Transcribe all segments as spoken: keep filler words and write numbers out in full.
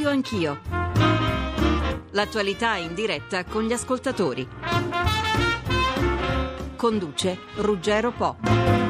Radio Anch'io. L'attualità in diretta con gli ascoltatori. Conduce Ruggero Po.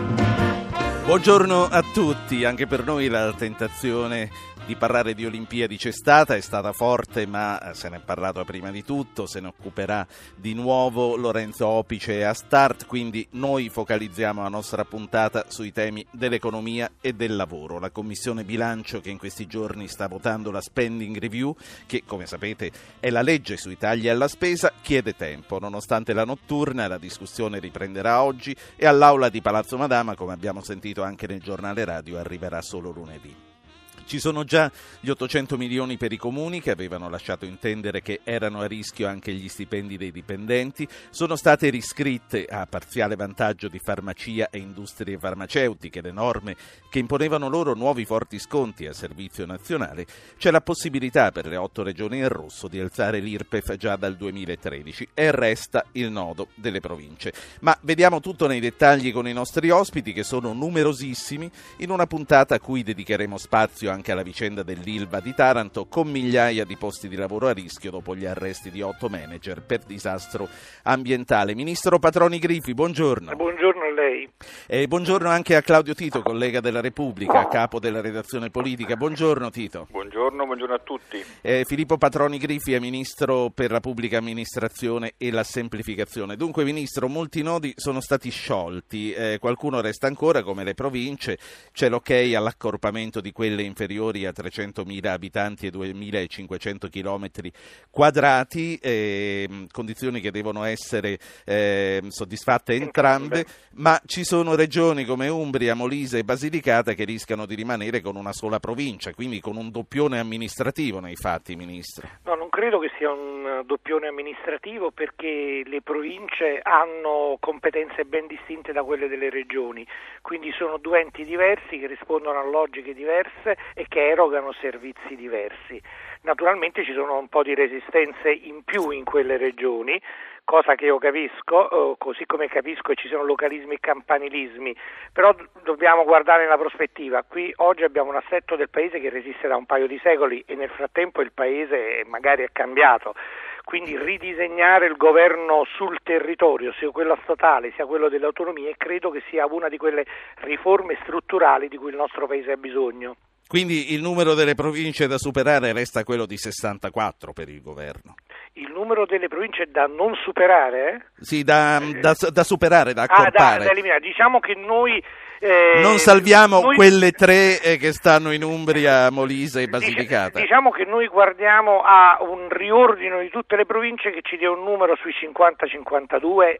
Buongiorno a tutti. Anche per noi la tentazione di parlare di Olimpiadi c'è stata, è stata forte, ma se ne è parlato prima di tutto, se ne occuperà di nuovo Lorenzo Opice a Start, quindi noi focalizziamo la nostra puntata sui temi dell'economia e del lavoro. La Commissione Bilancio, che in questi giorni sta votando la Spending Review, che come sapete è la legge sui tagli alla spesa, chiede tempo. Nonostante la notturna, la discussione riprenderà oggi e all'Aula di Palazzo Madama, come abbiamo sentito anche nel giornale radio, arriverà solo lunedì. Ci sono già gli ottocento milioni per i comuni che avevano lasciato intendere che erano a rischio anche gli stipendi dei dipendenti. Sono state riscritte a parziale vantaggio di farmacia e industrie farmaceutiche le norme che imponevano loro nuovi forti sconti al servizio nazionale. C'è la possibilità per le otto regioni in rosso di alzare l'I R P E F già dal duemilatredici e resta il nodo delle province. Ma vediamo tutto nei dettagli con i nostri ospiti, che sono numerosissimi, in una puntata a cui dedicheremo spazio anche alla vicenda dell'Ilva di Taranto, con migliaia di posti di lavoro a rischio dopo gli arresti di otto manager per disastro ambientale. Ministro Patroni Griffi, buongiorno. Buongiorno a lei. E buongiorno anche a Claudio Tito, collega della Repubblica, capo della redazione politica. Buongiorno Tito. Buongiorno, buongiorno a tutti. Eh, Filippo Patroni Griffi è Ministro per la Pubblica Amministrazione e la Semplificazione. Dunque, Ministro, molti nodi sono stati sciolti, eh, qualcuno resta ancora, come le province. C'è l'ok all'accorpamento di quelle inferiori a trecentomila abitanti e duemilacinquecento chilometri quadrati, eh, condizioni che devono essere eh, soddisfatte entrambe, ma ci sono regioni come Umbria, Molise e Basilicata che rischiano di rimanere con una sola provincia, quindi con un doppione amministrativo nei fatti, Ministro. No, non credo che sia un doppione amministrativo, perché le province hanno competenze ben distinte da quelle delle regioni, quindi sono due enti diversi che rispondono a logiche diverse e che erogano servizi diversi. Naturalmente ci sono un po' di resistenze in più in quelle regioni, cosa che io capisco, così come capisco che ci sono localismi e campanilismi, però dobbiamo guardare nella prospettiva. Qui oggi abbiamo un assetto del paese che resiste da un paio di secoli e nel frattempo il paese magari è cambiato. Quindi ridisegnare il governo sul territorio, sia quello statale sia quello delle autonomie, credo che sia una di quelle riforme strutturali di cui il nostro paese ha bisogno. Quindi il numero delle province da superare resta quello di sessantaquattro per il governo. Il numero delle province da non superare? Eh? Sì, da, da, da superare, da accorpare. Ah, da, da eliminare. Diciamo che noi... Eh, non salviamo noi, quelle tre eh, che stanno in Umbria, Molise e Basilicata. Diciamo che noi guardiamo a un riordino di tutte le province che ci dia un numero sui cinquanta cinquantadue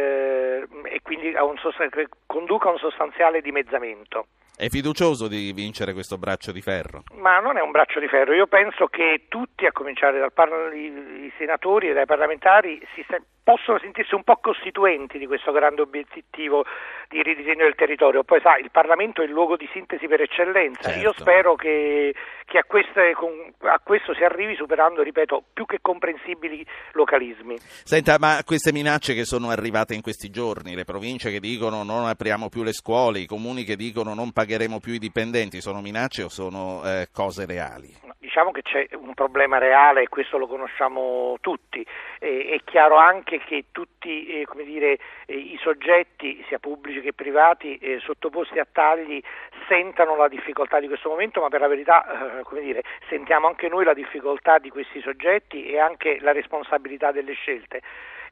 eh, e quindi a un sost- che conduca a un sostanziale dimezzamento. È fiducioso di vincere questo braccio di ferro? Ma non è un braccio di ferro. Io penso che tutti, a cominciare dal par- i senatori e dai parlamentari, si st- possono sentirsi un po' costituenti di questo grande obiettivo di ridisegno del territorio. Poi sa, il Parlamento è il luogo di sintesi per eccellenza. Certo. Io spero che, che a, queste, a questo si arrivi superando, ripeto, più che comprensibili localismi. Senta, ma queste minacce che sono arrivate in questi giorni, le province che dicono non apriamo più le scuole, i comuni che dicono non pagheremo più i dipendenti, sono minacce o sono eh, cose reali? Diciamo che c'è un problema reale e questo lo conosciamo tutti. Eh, è chiaro anche che tutti eh, come dire, eh, i soggetti, sia pubblici che privati, eh, sottoposti a tagli, sentano la difficoltà di questo momento, ma per la verità eh, come dire, sentiamo anche noi la difficoltà di questi soggetti e anche la responsabilità delle scelte.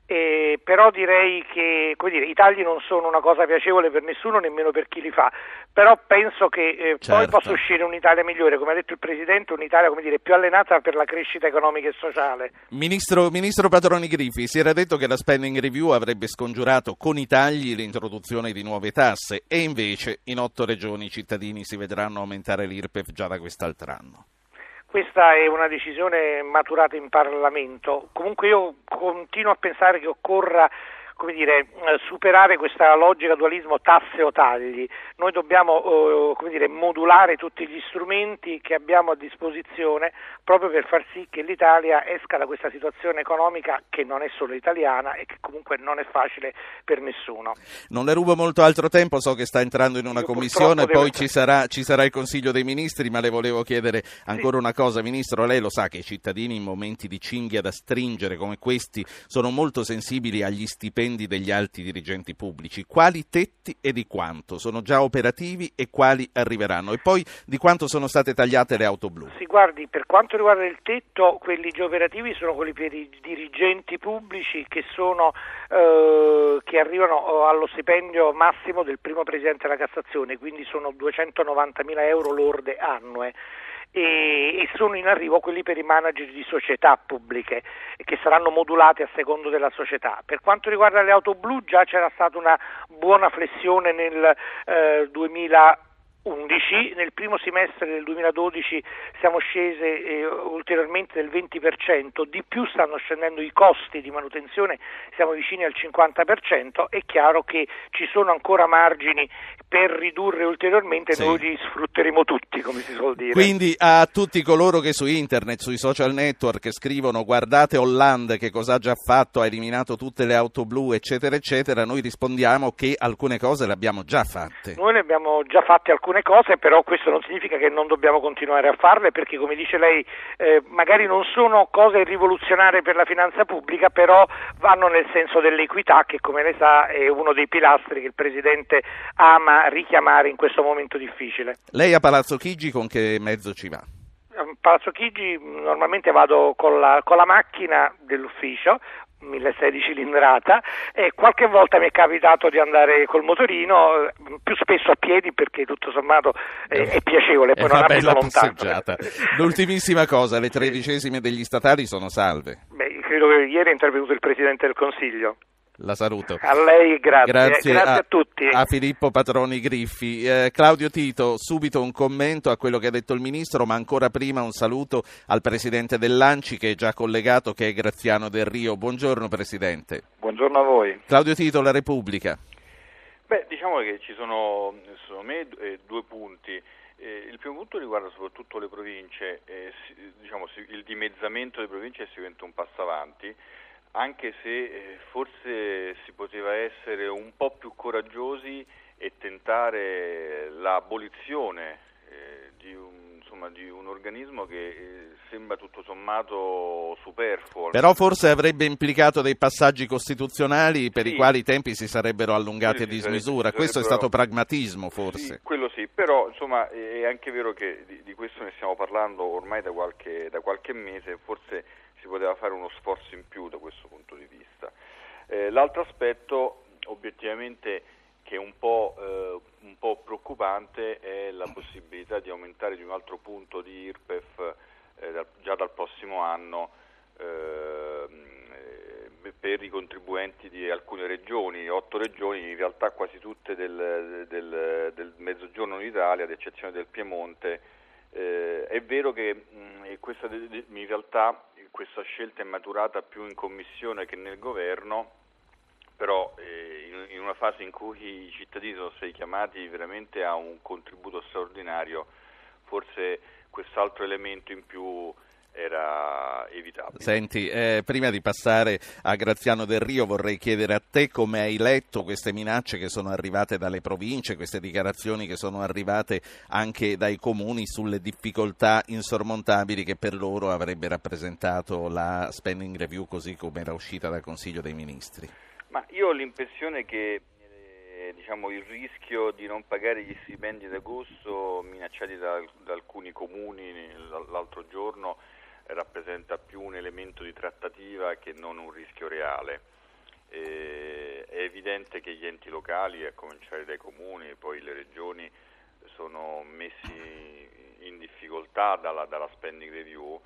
Eh, però direi che come dire, i tagli non sono una cosa piacevole per nessuno, nemmeno per chi li fa, però penso che eh, certo. poi possa uscire un'Italia migliore, come ha detto il Presidente, un'Italia come dire, più allenata per la crescita economica e sociale. Ministro, Ministro Patroni Griffi, si era detto che la Spending Review avrebbe scongiurato con i tagli l'introduzione di nuove tasse e invece in otto regioni i cittadini si vedranno aumentare l'I R P E F già da quest'altro anno. Questa è una decisione maturata in Parlamento. Comunque io continuo a pensare che occorra come dire, superare questa logica dualismo tasse o tagli. Noi dobbiamo come dire, modulare tutti gli strumenti che abbiamo a disposizione proprio per far sì che l'Italia esca da questa situazione economica che non è solo italiana e che comunque non è facile per nessuno. Non le rubo molto altro tempo, so che sta entrando in una Io commissione, poi devo... ci sarà, ci sarà il Consiglio dei Ministri, ma le volevo chiedere ancora sì. una cosa, Ministro. Lei lo sa che i cittadini in momenti di cinghia da stringere come questi sono molto sensibili agli stipendi degli alti dirigenti pubblici. Quali tetti e di quanto sono già operativi e quali arriveranno? E poi di quanto sono state tagliate le auto blu? Sì, guardi, per quanto riguarda il tetto, quelli già operativi sono quelli per i dirigenti pubblici che sono eh, che arrivano allo stipendio massimo del primo Presidente della Cassazione, quindi sono duecentonovantamila euro lorde annue. E, e sono in arrivo quelli per i manager di società pubbliche che saranno modulati a secondo della società. Per quanto riguarda le auto blu già c'era stata una buona flessione nel eh, duemilaundici, nel primo semestre del duemiladodici siamo scese eh, ulteriormente del venti per cento, di più stanno scendendo i costi di manutenzione, siamo vicini al cinquanta per cento, è chiaro che ci sono ancora margini per ridurre ulteriormente, sì. Noi li sfrutteremo tutti, come si suol dire. Quindi a tutti coloro che su internet, sui social network scrivono guardate Hollande che cosa ha già fatto, ha eliminato tutte le auto blu eccetera eccetera, noi rispondiamo che alcune cose le abbiamo già fatte. Noi ne abbiamo già fatte alcune cose, però questo non significa che non dobbiamo continuare a farle, perché come dice lei eh, magari non sono cose rivoluzionarie per la finanza pubblica, però vanno nel senso dell'equità, che come lei sa è uno dei pilastri che il Presidente ama richiamare in questo momento difficile. Lei a Palazzo Chigi con che mezzo ci va? A Palazzo Chigi normalmente vado con la, con la macchina dell'ufficio, milleseicento di cilindrata, e qualche volta mi è capitato di andare col motorino, più spesso a piedi perché tutto sommato è, è piacevole, poi è non una abito bella lontano. Passeggiata. L'ultimissima cosa, le tredicesime degli statali sono salve? Beh, credo che ieri è intervenuto il Presidente del Consiglio. La saluto. A lei grazie, grazie, grazie a, a tutti. A Filippo Patroni Griffi. Eh, Claudio Tito, subito un commento a quello che ha detto il Ministro, ma ancora prima un saluto al Presidente dell'Anci che è già collegato, che è Graziano Del Rio. Buongiorno Presidente. Buongiorno a voi. Claudio Tito, la Repubblica. Beh, diciamo che ci sono, secondo me, due punti. Eh, il primo punto riguarda soprattutto le province, eh, si, diciamo, si, il dimezzamento delle province è sicuramente un passo avanti, anche se eh, forse si poteva essere un po' più coraggiosi e tentare l'abolizione eh, di, un, insomma, di un organismo che eh, sembra tutto sommato superfluo. Però forse avrebbe implicato dei passaggi costituzionali per sì. i quali i tempi si sarebbero allungati sì, a dismisura. Questo è stato pragmatismo forse. Sì, quello sì, però insomma è anche vero che di, di questo ne stiamo parlando ormai da qualche, da qualche mese, forse si poteva fare uno sforzo in più da questo punto di vista. Eh, l'altro aspetto obiettivamente che è un po', eh, un po' preoccupante è la possibilità di aumentare di un altro punto di I R P E F eh, dal, già dal prossimo anno eh, per i contribuenti di alcune regioni, otto regioni, in realtà quasi tutte del, del, del Mezzogiorno d'Italia, ad eccezione del Piemonte. Eh, è vero che mh, questa, in realtà questa scelta è maturata più in Commissione che nel Governo, però eh, in, in una fase in cui i cittadini sono stati chiamati veramente a un contributo straordinario, forse quest'altro elemento in più era evitabile. Senti, eh, prima di passare a Graziano Del Rio vorrei chiedere a te come hai letto queste minacce che sono arrivate dalle province, queste dichiarazioni che sono arrivate anche dai comuni sulle difficoltà insormontabili che per loro avrebbe rappresentato la spending review così come era uscita dal Consiglio dei Ministri. Ma io ho l'impressione che eh, diciamo, il rischio di non pagare gli stipendi d'agosto minacciati da, da alcuni comuni l'altro giorno rappresenta più un elemento di trattativa che non un rischio reale. Eh, è evidente che gli enti locali, a cominciare dai comuni e poi le regioni, sono messi in difficoltà dalla, dalla spending review,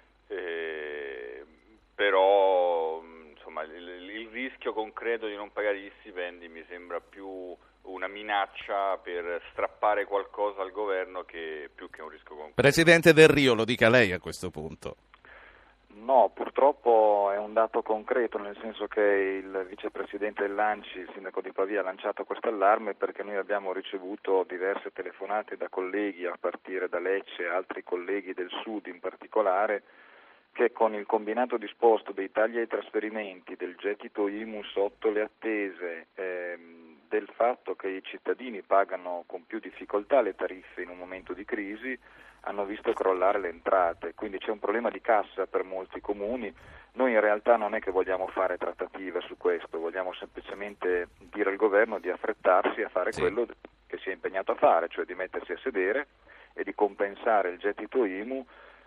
eh, però insomma il, il rischio concreto di non pagare gli stipendi mi sembra più una minaccia per strappare qualcosa al governo che più che un rischio concreto. Presidente Del Rio, lo dica lei a questo punto. No, purtroppo è un dato concreto, nel senso che il vicepresidente dell'Anci, il sindaco di Pavia, ha lanciato questo allarme perché noi abbiamo ricevuto diverse telefonate da colleghi a partire da Lecce e altri colleghi del sud in particolare, che con il combinato disposto dei tagli ai trasferimenti, del gettito I M U sotto le attese, ehm, del fatto che i cittadini pagano con più difficoltà le tariffe in un momento di crisi, hanno visto crollare le entrate, quindi c'è un problema di cassa per molti comuni. Noi in realtà non è che vogliamo fare trattative su questo, vogliamo semplicemente dire al governo di affrettarsi a fare sì. quello che si è impegnato a fare, cioè di mettersi a sedere e di compensare il gettito I M U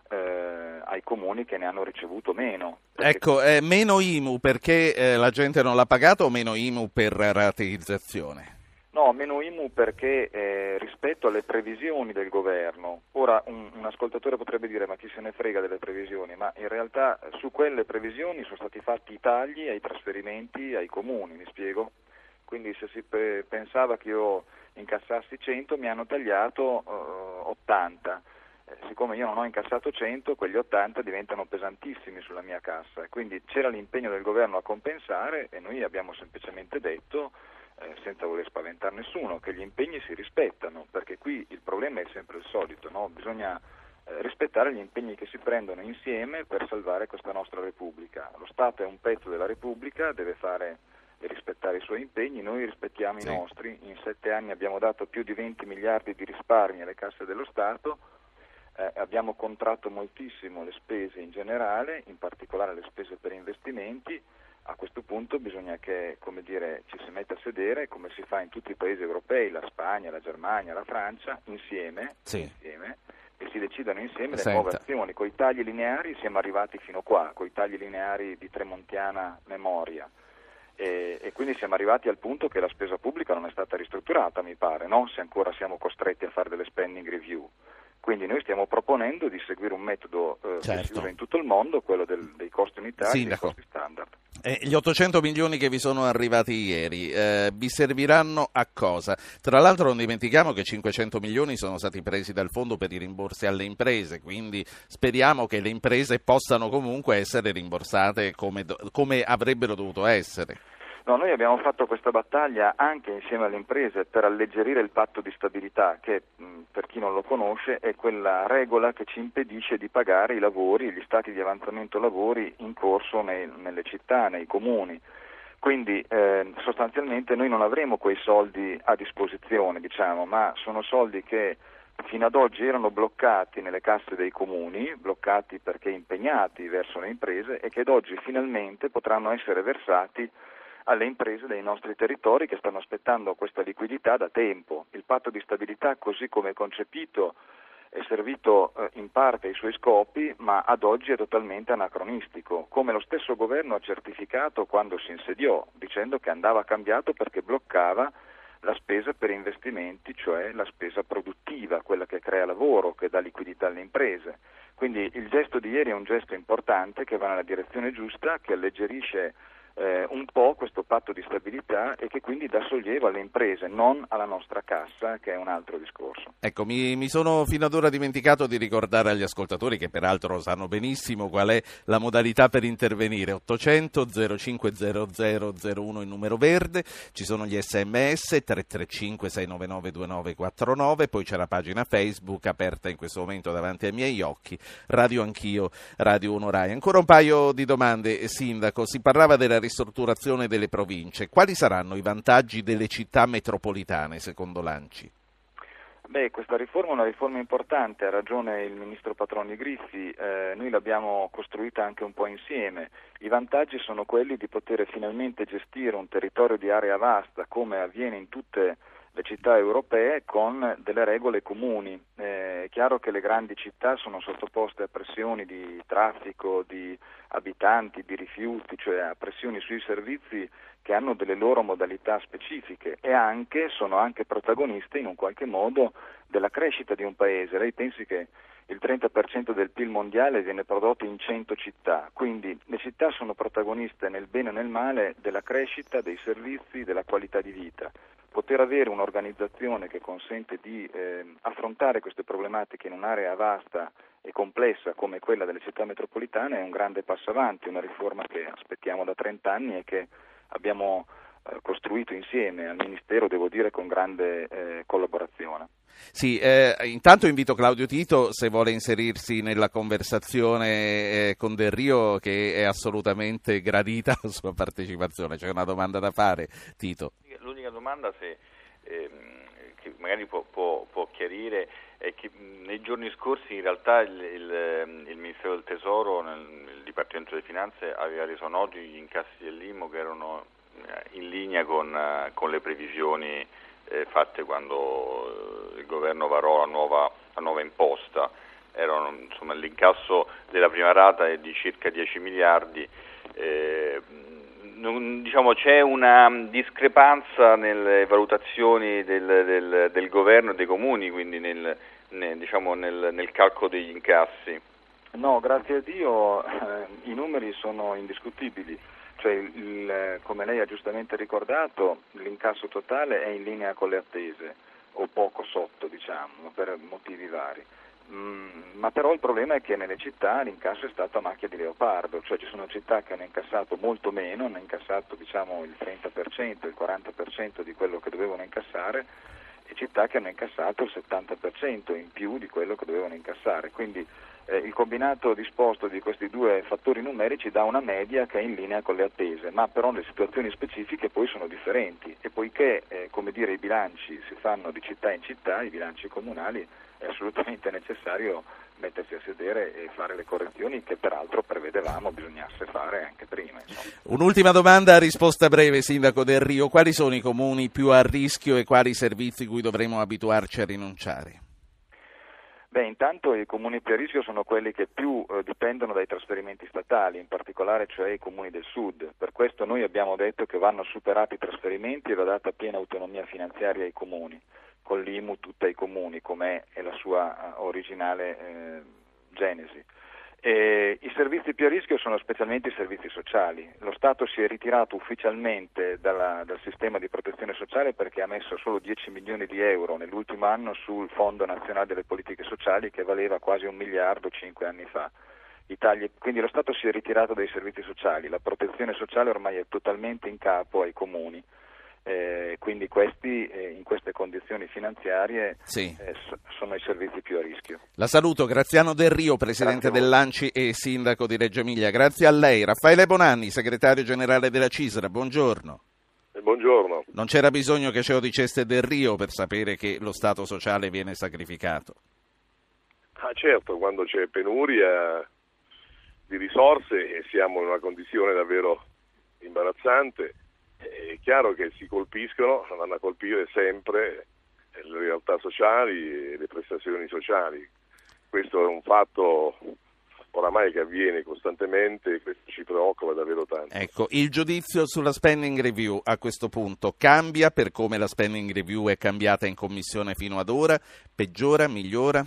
eh, ai comuni che ne hanno ricevuto meno. Perché... Ecco, eh, meno I M U perché eh, la gente non l'ha pagato o meno I M U per rateizzazione? No, meno I M U perché eh, rispetto alle previsioni del governo, ora un, un ascoltatore potrebbe dire ma chi se ne frega delle previsioni, ma in realtà su quelle previsioni sono stati fatti i tagli ai trasferimenti ai comuni, mi spiego? Quindi se si pe- pensava che io incassassi cento mi hanno tagliato uh, ottanta, eh, siccome io non ho incassato cento quegli ottanta diventano pesantissimi sulla mia cassa, quindi c'era l'impegno del governo a compensare e noi abbiamo semplicemente detto Eh, senza voler spaventare nessuno, che gli impegni si rispettano, perché qui il problema è sempre il solito, no? Bisogna eh, rispettare gli impegni che si prendono insieme per salvare questa nostra Repubblica. Lo Stato è un pezzo della Repubblica, deve fare e rispettare i suoi impegni, noi rispettiamo sì. i nostri. In sette anni abbiamo dato più di venti miliardi di risparmi alle casse dello Stato, eh, abbiamo contratto moltissimo le spese in generale, in particolare le spese per investimenti. A questo punto bisogna che, come dire, ci si metta a sedere, come si fa in tutti i paesi europei, la Spagna, la Germania, la Francia, insieme, sì. insieme e si decidano insieme Senta. le nuove azioni. Con i tagli lineari siamo arrivati fino qua, con i tagli lineari di tremontiana memoria. E, e quindi siamo arrivati al punto che la spesa pubblica non è stata ristrutturata, mi pare, no? Se ancora siamo costretti a fare delle spending review. Quindi noi stiamo proponendo di seguire un metodo eh, certo. che si usa in tutto il mondo, quello del, dei costi unitari e dei costi standard. Eh, gli ottocento milioni che vi sono arrivati ieri eh, vi serviranno a cosa? Tra l'altro non dimentichiamo che cinquecento milioni sono stati presi dal fondo per i rimborsi alle imprese, quindi speriamo che le imprese possano comunque essere rimborsate come, do- come avrebbero dovuto essere. No, noi abbiamo fatto questa battaglia anche insieme alle imprese per alleggerire il patto di stabilità che, mh, per chi non lo conosce, è quella regola che ci impedisce di pagare i lavori, gli stati di avanzamento lavori in corso nei, nelle città, nei comuni. Quindi eh, sostanzialmente noi non avremo quei soldi a disposizione, diciamo, ma sono soldi che fino ad oggi erano bloccati nelle casse dei comuni, bloccati perché impegnati verso le imprese e che ad oggi finalmente potranno essere versati alle imprese dei nostri territori che stanno aspettando questa liquidità da tempo. Il patto di stabilità, così come è concepito, è servito eh, in parte ai suoi scopi, ma ad oggi è totalmente anacronistico, come lo stesso governo ha certificato quando si insediò, dicendo che andava cambiato perché bloccava la spesa per investimenti, cioè la spesa produttiva, quella che crea lavoro, che dà liquidità alle imprese. Quindi il gesto di ieri è un gesto importante che va nella direzione giusta, che alleggerisce Eh, un po' questo patto di stabilità e che quindi dà sollievo alle imprese, non alla nostra cassa, che è un altro discorso. Ecco, mi, mi sono fino ad ora dimenticato di ricordare agli ascoltatori, che peraltro sanno benissimo qual è la modalità per intervenire. Ottocento zero cinque zero zero zero uno il numero verde, ci sono gli sms tre tre cinque sei nove nove due nove quattro nove, poi c'è la pagina Facebook aperta in questo momento davanti ai miei occhi, Radio Anch'io, Radio uno Rai. Ancora un paio di domande, Sindaco. Si parlava della ristrutturazione delle province. Quali saranno i vantaggi delle città metropolitane secondo l'Anci? Beh, questa riforma è una riforma importante, ha ragione il ministro Patroni Griffi, eh, noi l'abbiamo costruita anche un po' insieme. I vantaggi sono quelli di poter finalmente gestire un territorio di area vasta come avviene in tutte le città europee con delle regole comuni. Eh, è chiaro che le grandi città sono sottoposte a pressioni di traffico, di abitanti, di rifiuti, cioè a pressioni sui servizi che hanno delle loro modalità specifiche e anche sono anche protagoniste in un qualche modo della crescita di un paese. Lei pensi che il trenta per cento del P I L mondiale viene prodotto in cento città, quindi le città sono protagoniste nel bene e nel male della crescita, dei servizi, della qualità di vita. Poter avere un'organizzazione che consente di eh, affrontare queste problematiche in un'area vasta e complessa come quella delle città metropolitane è un grande passo avanti, una riforma che aspettiamo da trenta anni e che abbiamo eh, costruito insieme al Ministero, devo dire, con grande eh, collaborazione. Sì, eh, intanto invito Claudio Tito, se vuole inserirsi nella conversazione eh, con Del Rio, che è assolutamente gradita la sua partecipazione. C'è una domanda da fare, Tito. L'unica domanda, se ehm, che magari può, può, può chiarire, è che nei giorni scorsi in realtà il, il, il Ministero del Tesoro, nel, il Dipartimento delle Finanze, aveva reso noti gli incassi dell'I M U che erano in linea con, con le previsioni eh, fatte quando il governo varò la nuova, la nuova imposta. Erano, insomma, l'incasso della prima rata è di circa dieci miliardi. Eh, non, diciamo, c'è una discrepanza nelle valutazioni del, del, del governo e dei comuni, quindi nel, nel, diciamo, nel, nel calcolo degli incassi. No, grazie a Dio eh, i numeri sono indiscutibili. Cioè, il, come lei ha giustamente ricordato, l'incasso totale è in linea con le attese, o poco sotto, diciamo, per motivi vari. Mm, ma però il problema è che nelle città l'incasso è stato a macchia di leopardo, cioè ci sono città che hanno incassato molto meno, hanno incassato diciamo il trenta per cento, il quaranta per cento di quello che dovevano incassare, e città che hanno incassato il settanta per cento in più di quello che dovevano incassare. Quindi eh, il combinato disposto di questi due fattori numerici dà una media che è in linea con le attese, ma però le situazioni specifiche poi sono differenti, e poiché eh, come dire i bilanci si fanno di città in città, i bilanci comunali, è assolutamente necessario mettersi a sedere e fare le correzioni che peraltro prevedevamo bisognasse fare anche prima. Insomma. Un'ultima domanda a risposta breve, Sindaco Del Rio. Quali sono i comuni più a rischio e quali servizi cui dovremo abituarci a rinunciare? Beh, intanto i comuni più a rischio sono quelli che più eh, dipendono dai trasferimenti statali, in particolare cioè i comuni del sud. Per questo noi abbiamo detto che vanno superati i trasferimenti e va data piena autonomia finanziaria ai comuni, con l'I M U tutta ai comuni, come è la sua uh, originale eh, genesi. E i servizi più a rischio sono specialmente i servizi sociali. Lo Stato si è ritirato ufficialmente dalla, dal sistema di protezione sociale perché ha messo solo dieci milioni di euro nell'ultimo anno sul Fondo Nazionale delle Politiche Sociali, che valeva quasi un miliardo cinque anni fa. Italia, quindi lo Stato si è ritirato dai servizi sociali, la protezione sociale ormai è totalmente in capo ai comuni. Eh, quindi questi eh, in queste condizioni finanziarie sì. eh, sono i servizi più a rischio. La saluto, Graziano Del Rio, presidente dell'A N C I e sindaco di Reggio Emilia. Grazie a lei. Raffaele Bonanni, segretario generale della CISRA, buongiorno. Eh, buongiorno. Non c'era bisogno che ce lo diceste Del Rio per sapere che lo Stato sociale viene sacrificato. Ah, certo, quando c'è penuria di risorse e siamo in una condizione davvero imbarazzante, è chiaro che si colpiscono, vanno a colpire sempre le realtà sociali e le prestazioni sociali. Questo è un fatto oramai che avviene costantemente e questo ci preoccupa davvero tanto. Ecco, il giudizio sulla spending review a questo punto cambia per come la spending review è cambiata in commissione fino ad ora? Peggiora, migliora?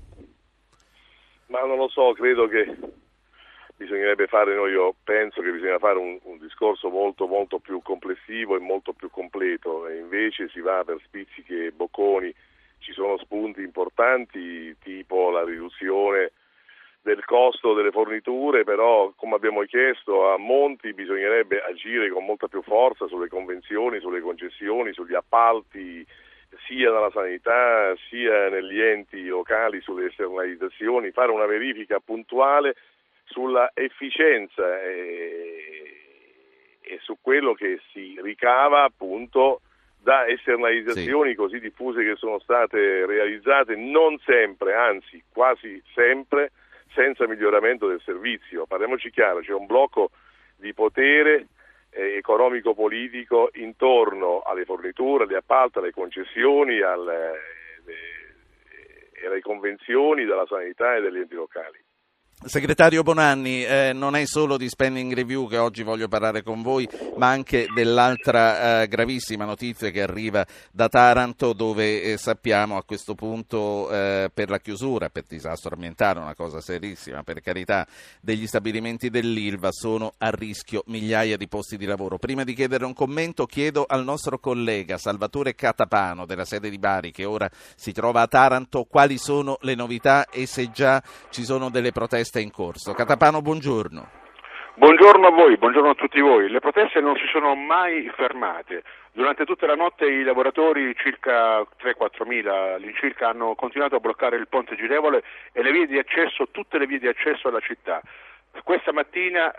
Ma non lo so, credo che bisognerebbe fare, no, io penso che bisogna fare un, un discorso molto molto più complessivo e molto più completo, e invece si va per spizzichi e bocconi. Ci sono spunti importanti tipo la riduzione del costo delle forniture, però come abbiamo chiesto a monti bisognerebbe agire con molta più forza sulle convenzioni, sulle concessioni, sugli appalti, sia nella sanità sia negli enti locali, sulle esternalizzazioni, fare una verifica puntuale sulla efficienza e, e su quello che si ricava appunto da esternalizzazioni sì. così diffuse che sono state realizzate, non sempre, anzi quasi sempre, senza miglioramento del servizio. Parliamoci chiaro, c'è un blocco di potere eh, economico-politico intorno alle forniture, alle appalti, alle concessioni, alle, eh, alle convenzioni della sanità e degli enti locali. Segretario Bonanni, eh, non è solo di Spending Review che oggi voglio parlare con voi, ma anche dell'altra eh, gravissima notizia che arriva da Taranto, dove eh, sappiamo a questo punto eh, per la chiusura, per disastro ambientale, una cosa serissima, per carità, degli stabilimenti dell'Ilva sono a rischio migliaia di posti di lavoro. Prima di chiedere un commento, chiedo al nostro collega Salvatore Catapano della sede di Bari, che ora si trova a Taranto, quali sono le novità e se già ci sono delle proteste in corso. Catapano, buongiorno. Buongiorno a voi, buongiorno a tutti voi. Le proteste non si sono mai fermate. Durante tutta la notte i lavoratori, circa tre quattro mila all'incirca, hanno continuato a bloccare il ponte girevole e le vie di accesso, tutte le vie di accesso alla città. Questa mattina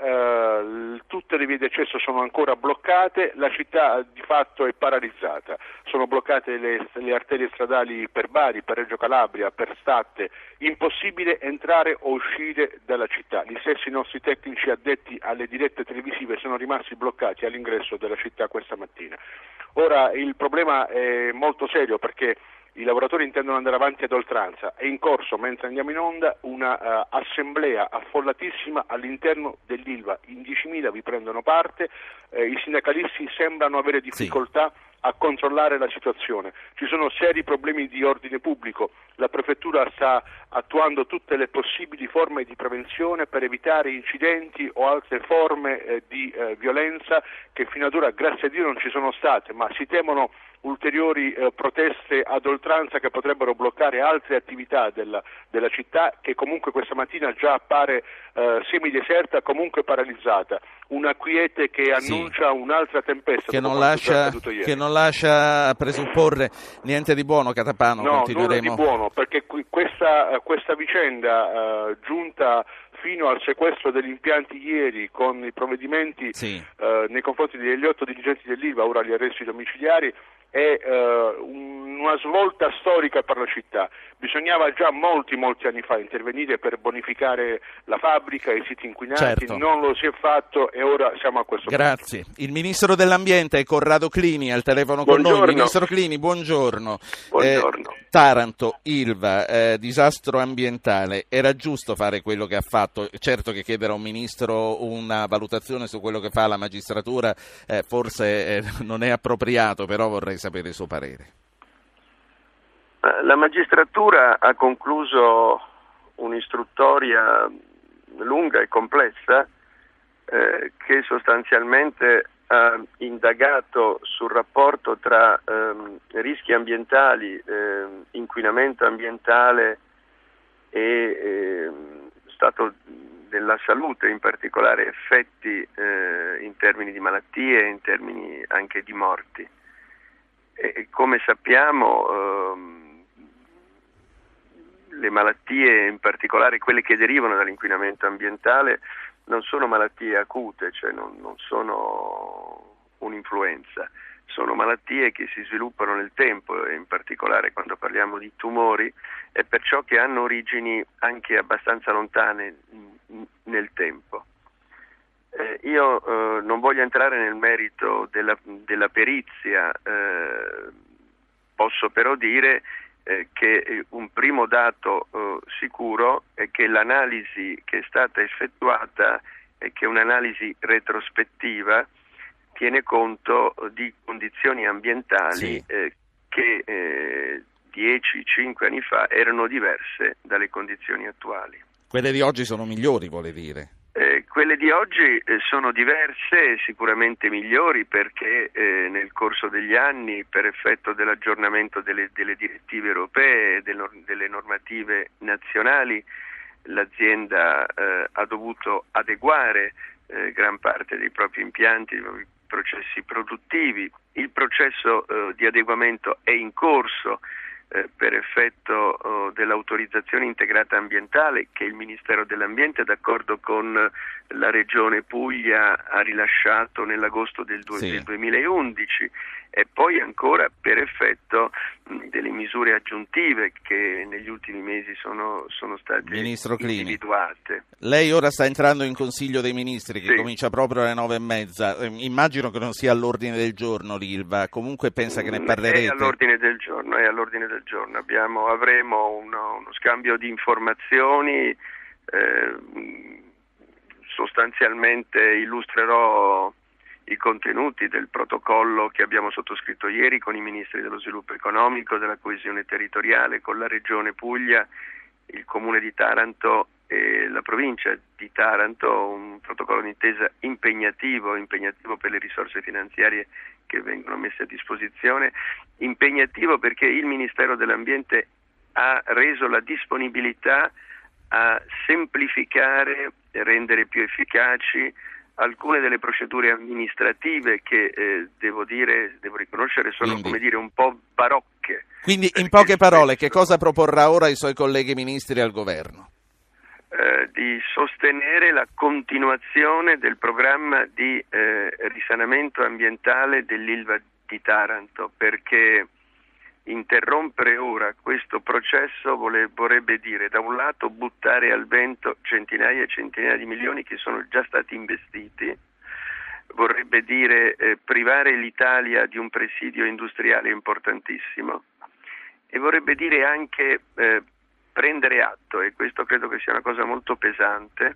eh, tutte le vie di accesso sono ancora bloccate, la città di fatto è paralizzata, sono bloccate le, le arterie stradali per Bari, per Reggio Calabria, per Statte, impossibile entrare o uscire dalla città. Gli stessi nostri tecnici addetti alle dirette televisive sono rimasti bloccati all'ingresso della città questa mattina. Ora il problema è molto serio perché i lavoratori intendono andare avanti ad oltranza. È in corso, mentre andiamo in onda, una uh, assemblea affollatissima all'interno dell'Ilva. In diecimila vi prendono parte, eh, i sindacalisti sembrano avere difficoltà sì. a controllare la situazione. Ci sono seri problemi di ordine pubblico. La prefettura sta attuando tutte le possibili forme di prevenzione per evitare incidenti o altre forme eh, di eh, violenza che fino ad ora, grazie a Dio, non ci sono state, ma si temono ulteriori eh, proteste ad oltranza che potrebbero bloccare altre attività della, della città, che comunque questa mattina già appare eh, semideserta, comunque paralizzata. Una quiete che annuncia sì. un'altra tempesta che non, lascia, che non lascia presupporre niente di buono. Catapano, no, continueremo. nulla di buono, perché qui, questa, questa vicenda eh, giunta fino al sequestro degli impianti ieri con i provvedimenti sì. eh, nei confronti degli otto dirigenti dell'Ilva, ora gli arresti domiciliari, è uh, una svolta storica per la città. Bisognava già molti molti anni fa intervenire per bonificare la fabbrica e i siti inquinati, certo. non lo si è fatto e ora siamo a questo Grazie. punto. Il Ministro dell'Ambiente è Corrado Clini al telefono buongiorno. con noi. Ministro Clini, buongiorno. Buongiorno. Eh, Taranto, Ilva, eh, disastro ambientale, era giusto fare quello che ha fatto? Certo che chiedere a un Ministro una valutazione su quello che fa la magistratura eh, forse eh, non è appropriato, però vorrei sapere il suo parere. La magistratura ha concluso un'istruttoria lunga e complessa eh, che sostanzialmente ha indagato sul rapporto tra ehm, rischi ambientali, ehm, inquinamento ambientale e ehm, stato della salute, in particolare effetti eh, in termini di malattie e in termini anche di morti. E come sappiamo ehm, le malattie, in particolare quelle che derivano dall'inquinamento ambientale, non sono malattie acute, cioè non, non sono un'influenza, sono malattie che si sviluppano nel tempo e in particolare quando parliamo di tumori e perciò che hanno origini anche abbastanza lontane nel tempo. Eh, io eh, non voglio entrare nel merito della, della perizia, eh, posso però dire eh, che un primo dato eh, sicuro è che l'analisi che è stata effettuata è che un'analisi retrospettiva tiene conto di condizioni ambientali sì. eh, che eh, dieci cinque anni fa erano diverse dalle condizioni attuali. Quelle di oggi sono migliori, vuole dire? Eh, quelle di oggi eh, sono diverse e sicuramente migliori perché eh, nel corso degli anni, per effetto dell'aggiornamento delle, delle direttive europee e del, delle normative nazionali, l'azienda eh, ha dovuto adeguare eh, gran parte dei propri impianti, dei propri processi produttivi. Il processo eh, di adeguamento è in corso Eh, per effetto oh, dell'autorizzazione integrata ambientale che il Ministero dell'Ambiente, d'accordo con la Regione Puglia, ha rilasciato nell'agosto del, du- sì. del duemilaundici, e poi ancora per effetto mh, delle misure aggiuntive che negli ultimi mesi sono, sono state Ministro Clini, individuate. Lei ora sta entrando in Consiglio dei Ministri che sì. comincia proprio alle nove e mezza. Eh, immagino che non sia all'ordine del giorno l'Ilva, comunque pensa che ne parlerete? È all'ordine del giorno, è all'ordine del giorno. Abbiamo, avremo uno, uno scambio di informazioni Eh, sostanzialmente illustrerò i contenuti del protocollo che abbiamo sottoscritto ieri con i ministri dello sviluppo economico, della coesione territoriale, con la Regione Puglia, il Comune di Taranto e la provincia di Taranto, un protocollo d'intesa impegnativo, impegnativo per le risorse finanziarie che vengono messe a disposizione, impegnativo perché il Ministero dell'Ambiente ha reso la disponibilità a semplificare e rendere più efficaci alcune delle procedure amministrative che eh, devo dire, devo riconoscere sono Quindi, come dire un po' barocche. Quindi in poche parole che cosa proporrà ora ai suoi colleghi ministri al governo? Eh, di sostenere la continuazione del programma di eh, risanamento ambientale dell'Ilva di Taranto, perché interrompere ora questo processo vole, vorrebbe dire da un lato buttare al vento centinaia e centinaia di milioni che sono già stati investiti, vorrebbe dire eh, privare l'Italia di un presidio industriale importantissimo e vorrebbe dire anche eh, prendere atto, e questo credo che sia una cosa molto pesante,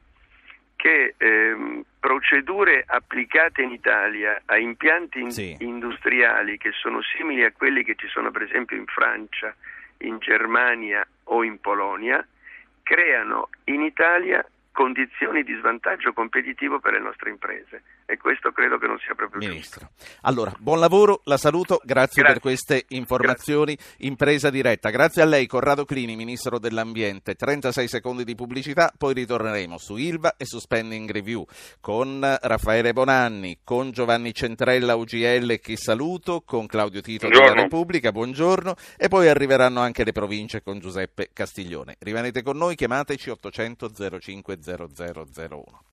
che ehm, procedure applicate in Italia a impianti in- sì. industriali che sono simili a quelli che ci sono per esempio in Francia, in Germania o in Polonia, creano in Italia condizioni di svantaggio competitivo per le nostre imprese e questo credo che non sia proprio Ministro. Giusto. Allora, buon lavoro, la saluto, grazie, grazie. per queste informazioni grazie. in presa diretta. Grazie a lei, Corrado Clini, Ministro dell'Ambiente. trentasei secondi di pubblicità, poi ritorneremo su Ilva e su Spending Review con Raffaele Bonanni, con Giovanni Centrella U G L, che saluto, con Claudio Tito buongiorno. della Repubblica, buongiorno, e poi arriveranno anche le province con Giuseppe Castiglione. Rimanete con noi, chiamateci ottocento zero cinque zero zero zero uno.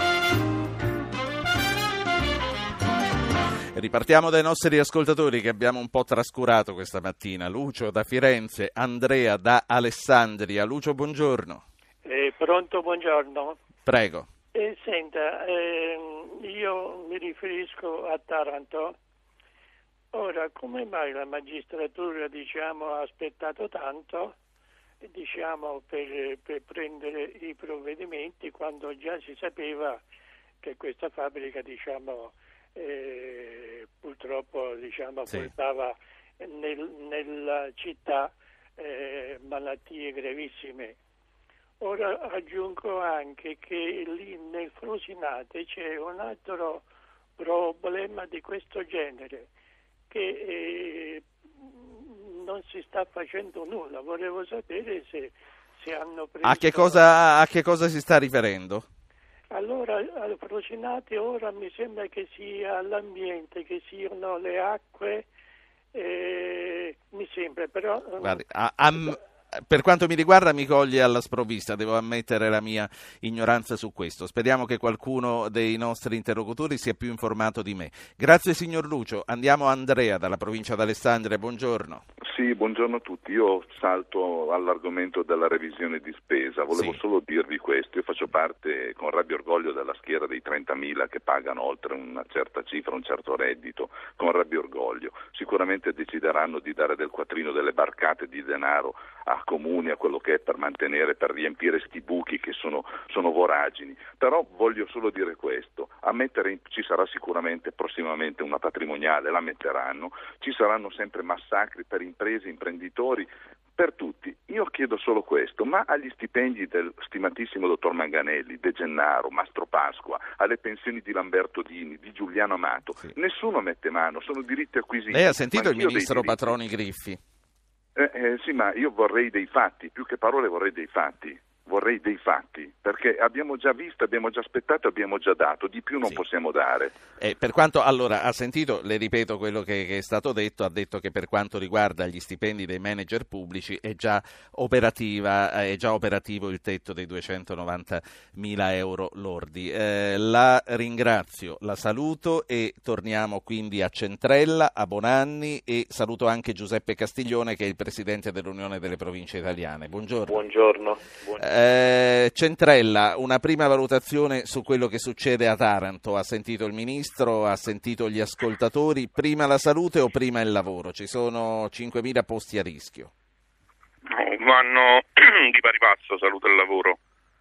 Ripartiamo dai nostri ascoltatori che abbiamo un po' trascurato questa mattina. Lucio da Firenze, Andrea da Alessandria. Lucio, buongiorno. Eh, pronto, buongiorno. Prego. Eh, senta, ehm, io mi riferisco a Taranto. Ora, come mai la magistratura, diciamo, ha aspettato tanto, diciamo, per, per prendere i provvedimenti quando già si sapeva che questa fabbrica, diciamo, eh, purtroppo, diciamo, sì. portava nel, nella città eh, malattie gravissime. Ora aggiungo anche che lì nel Frosinate c'è un altro problema di questo genere, che eh, non si sta facendo nulla. Volevo sapere se, se hanno preso... A che cosa, a che cosa si sta riferendo? Allora, al Frosinate ora mi sembra che sia l'ambiente, che siano le acque, eh, mi sembra, però... Guardi, a, a, per quanto mi riguarda mi coglie alla sprovvista, devo ammettere la mia ignoranza su questo. Speriamo che qualcuno dei nostri interlocutori sia più informato di me. Grazie signor Lucio. Andiamo a Andrea dalla provincia d'Alessandria, buongiorno. Sì, buongiorno a tutti. Io salto all'argomento della revisione di spesa. Volevo sì. solo dirvi questo. Io faccio parte con rabbia e orgoglio della schiera dei trentamila che pagano oltre una certa cifra, un certo reddito, con rabbia e orgoglio. Sicuramente decideranno di dare del quattrino, delle barcate di denaro a comuni, a quello che è per mantenere, per riempire sti buchi che sono, sono voragini. Però voglio solo dire questo. A mettere in, ci sarà sicuramente prossimamente una patrimoniale, la metteranno. Ci saranno sempre massacri per imprese, imprenditori, per tutti. Io chiedo solo questo, ma agli stipendi del stimatissimo dottor Manganelli, De Gennaro, Mastro Pasqua, alle pensioni di Lamberto Dini, di Giuliano Amato, sì. nessuno mette mano, sono diritti acquisiti. Lei ha sentito il ministro Patroni Griffi? Eh, eh, sì, ma io vorrei dei fatti, più che parole vorrei dei fatti. Vorrei dei fatti, perché abbiamo già visto, abbiamo già aspettato, abbiamo già dato, di più non sì. possiamo dare. Eh, per quanto, allora, ha sentito, le ripeto quello che, che è stato detto, ha detto che per quanto riguarda gli stipendi dei manager pubblici è già operativa, è già operativo il tetto dei duecentonovantamila euro lordi. Eh, la ringrazio, la saluto e torniamo quindi a Centrella, a Bonanni e saluto anche Giuseppe Castiglione che è il presidente dell'Unione delle Province Italiane. Buongiorno. Buongiorno. Buongiorno. Eh, Centrella, una prima valutazione su quello che succede a Taranto. Ha sentito il ministro, ha sentito gli ascoltatori. Prima la salute o prima il lavoro? Ci sono cinquemila posti a rischio. No, vanno di pari passo salute e lavoro.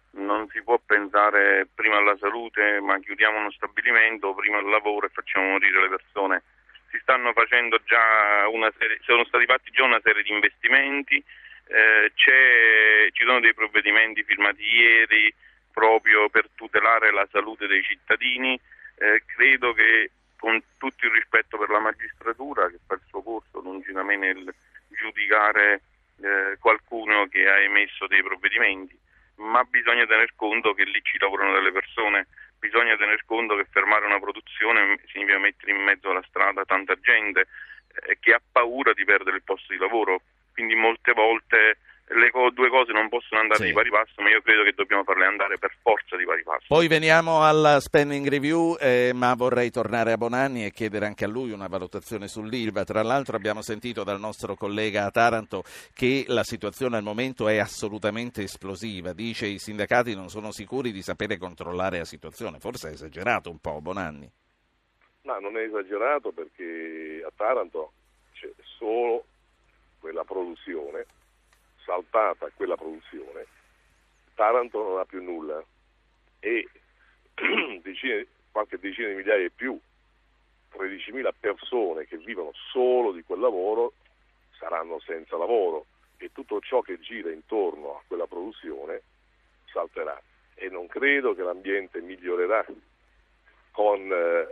non si può pensare prima alla salute ma chiudiamo uno stabilimento, prima al lavoro e facciamo morire le persone. Si stanno facendo già una serie, sono stati fatti già una serie di investimenti, eh, c'è, ci sono dei provvedimenti firmati ieri proprio per tutelare la salute dei cittadini. Eh, credo che, con tutto il rispetto per la magistratura che fa il suo corso, lungi da me nel giudicare eh, qualcuno che ha emesso dei provvedimenti, ma bisogna tener conto che lì ci lavorano delle persone, bisogna tener conto che fermare una produzione significa mettere in mezzo alla strada tanta gente eh, che ha paura di perdere il posto di lavoro, quindi molte volte le co- due cose non possono andare sì. di pari passo, ma io credo che dobbiamo farle andare per forza di pari passo. Poi veniamo alla spending review, eh, ma vorrei tornare a Bonanni e chiedere anche a lui una valutazione sull'Ilva. Tra l'altro abbiamo sentito dal nostro collega a Taranto che la situazione al momento è assolutamente esplosiva. Dice i sindacati non sono sicuri di sapere controllare la situazione. Forse è esagerato un po', Bonanni. No, non è esagerato, perché a Taranto c'è solo quella produzione, saltata quella produzione, Taranto non ha più nulla e decine, qualche decina di migliaia e più, tredicimila persone che vivono solo di quel lavoro saranno senza lavoro e tutto ciò che gira intorno a quella produzione salterà, e non credo che l'ambiente migliorerà con eh,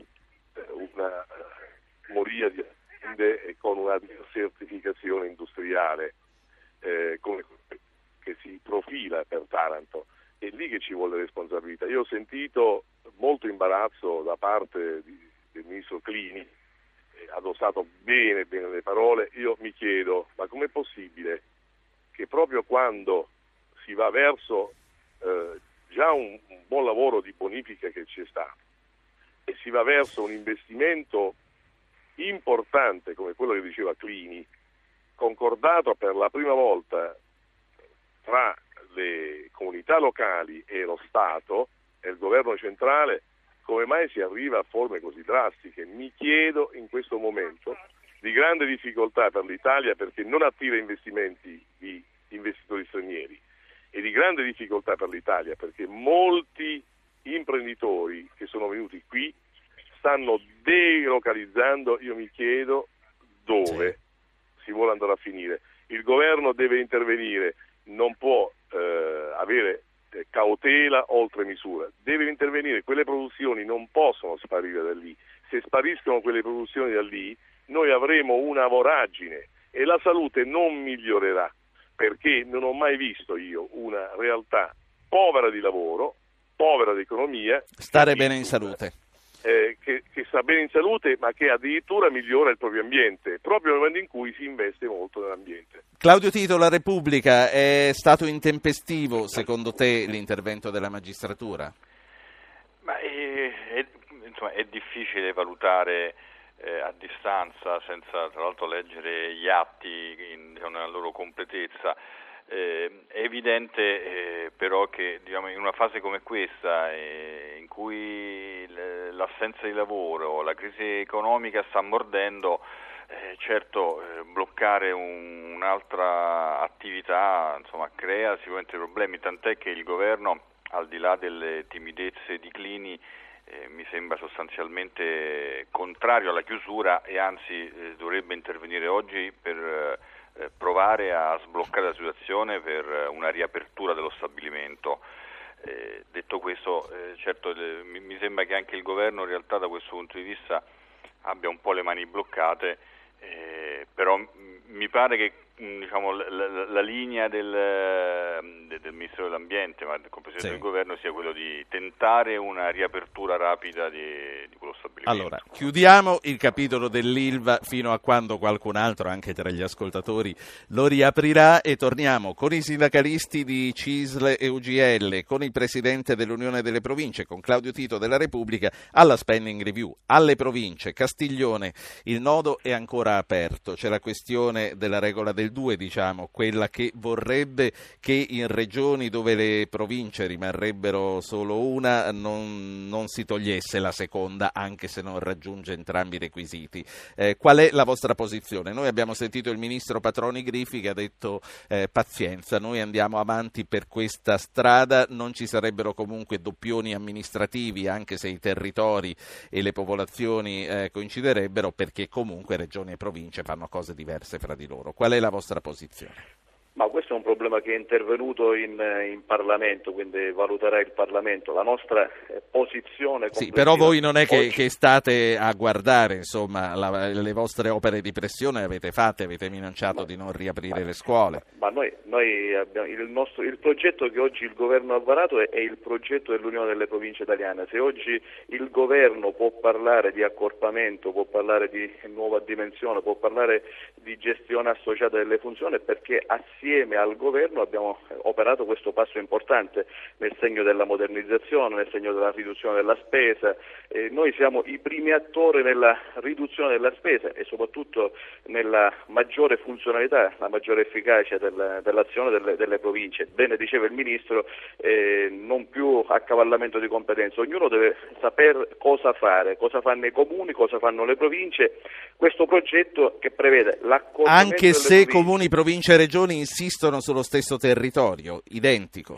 una moria di aziende e con una desertificazione industriale Eh, come che si profila per Taranto. È lì che ci vuole responsabilità. Io ho sentito molto imbarazzo da parte di, del ministro Clini, eh, ha dosato bene bene le parole. Io mi chiedo, ma com'è possibile che proprio quando si va verso eh, già un, un buon lavoro di bonifica che c'è stato e si va verso un investimento importante come quello che diceva Clini, concordato per la prima volta tra le comunità locali e lo Stato e il governo centrale, come mai si arriva a forme così drastiche? Mi chiedo in questo momento di grande difficoltà per l'Italia perché non attira investimenti di investitori stranieri, e di grande difficoltà per l'Italia perché molti imprenditori che sono venuti qui stanno delocalizzando. Io mi chiedo dove sì. si vuole andare a finire. Il governo deve intervenire, non può eh, avere eh, cautela oltre misura, deve intervenire. Quelle produzioni non possono sparire da lì. Se spariscono quelle produzioni da lì, noi avremo una voragine e la salute non migliorerà, perché non ho mai visto io una realtà povera di lavoro, povera di economia, stare bene in salute. Eh, che, che sta bene in salute, ma che addirittura migliora il proprio ambiente, proprio nel momento in cui si investe molto nell'ambiente. Claudio Tito, La Repubblica, è stato intempestivo secondo te l'intervento della magistratura? Ma è, è, insomma, è difficile valutare eh, a distanza, senza tra l'altro leggere gli atti in, nella loro completezza. Eh, è evidente eh, però che, diciamo, in una fase come questa eh, in cui l'assenza di lavoro, la crisi economica sta mordendo, eh, certo eh, bloccare un, un'altra attività insomma crea sicuramente problemi, tant'è che il governo, al di là delle timidezze di Clini, eh, mi sembra sostanzialmente contrario alla chiusura e anzi eh, dovrebbe intervenire oggi per eh, provare a sbloccare la situazione per una riapertura dello stabilimento. Eh, detto questo, eh, certo eh, mi, mi sembra che anche il governo in realtà da questo punto di vista abbia un po' le mani bloccate, eh, però m- mi pare che mh, diciamo, la, la, la linea del, del, del Ministero dell'Ambiente, ma del complessivo sì. del governo, sia quello di tentare una riapertura rapida di, di quello stabilimento. Allora, chiudiamo il capitolo dell'Ilva fino a quando qualcun altro, anche tra gli ascoltatori, lo riaprirà, e torniamo con i sindacalisti di C I S L e U G L, con il presidente dell'Unione delle Province, con Claudio Tito della Repubblica, alla spending review. Alle province, Castiglione, il nodo è ancora aperto, c'è la questione della regola del due, diciamo, quella che vorrebbe che in regioni dove le province rimarrebbero solo una non, non si togliesse la seconda, anche se se non raggiunge entrambi i requisiti. Eh, qual è la vostra posizione? Noi abbiamo sentito il ministro Patroni Griffi che ha detto eh, pazienza, noi andiamo avanti per questa strada, non ci sarebbero comunque doppioni amministrativi anche se i territori e le popolazioni eh, coinciderebbero, perché comunque regioni e province fanno cose diverse fra di loro. Qual è la vostra posizione? Ma questo è un problema che è intervenuto in, in Parlamento, quindi valuterà il Parlamento. La nostra posizione... Sì, però voi non è che, oggi... che state a guardare, insomma, la, le vostre opere di pressione avete fatte, avete minacciato ma, di non riaprire ma, le scuole. Ma noi, noi abbiamo il, nostro, il progetto che oggi il governo ha varato è, è il progetto dell'Unione delle Province Italiane. Se oggi il governo può parlare di accorpamento, può parlare di nuova dimensione, può parlare di gestione associata delle funzioni, perché assieme Insieme al governo abbiamo operato questo passo importante nel segno della modernizzazione, nel segno della riduzione della spesa. Eh, noi siamo i primi attori nella riduzione della spesa e soprattutto nella maggiore funzionalità, la maggiore efficacia del, dell'azione delle, delle province. Bene diceva il Ministro, eh, non più accavallamento di competenze, ognuno deve sapere cosa fare, cosa fanno i comuni, cosa fanno le province. Questo progetto che prevede l'accorpamento anche se province, comuni, province e regioni insistono sullo stesso territorio, identico.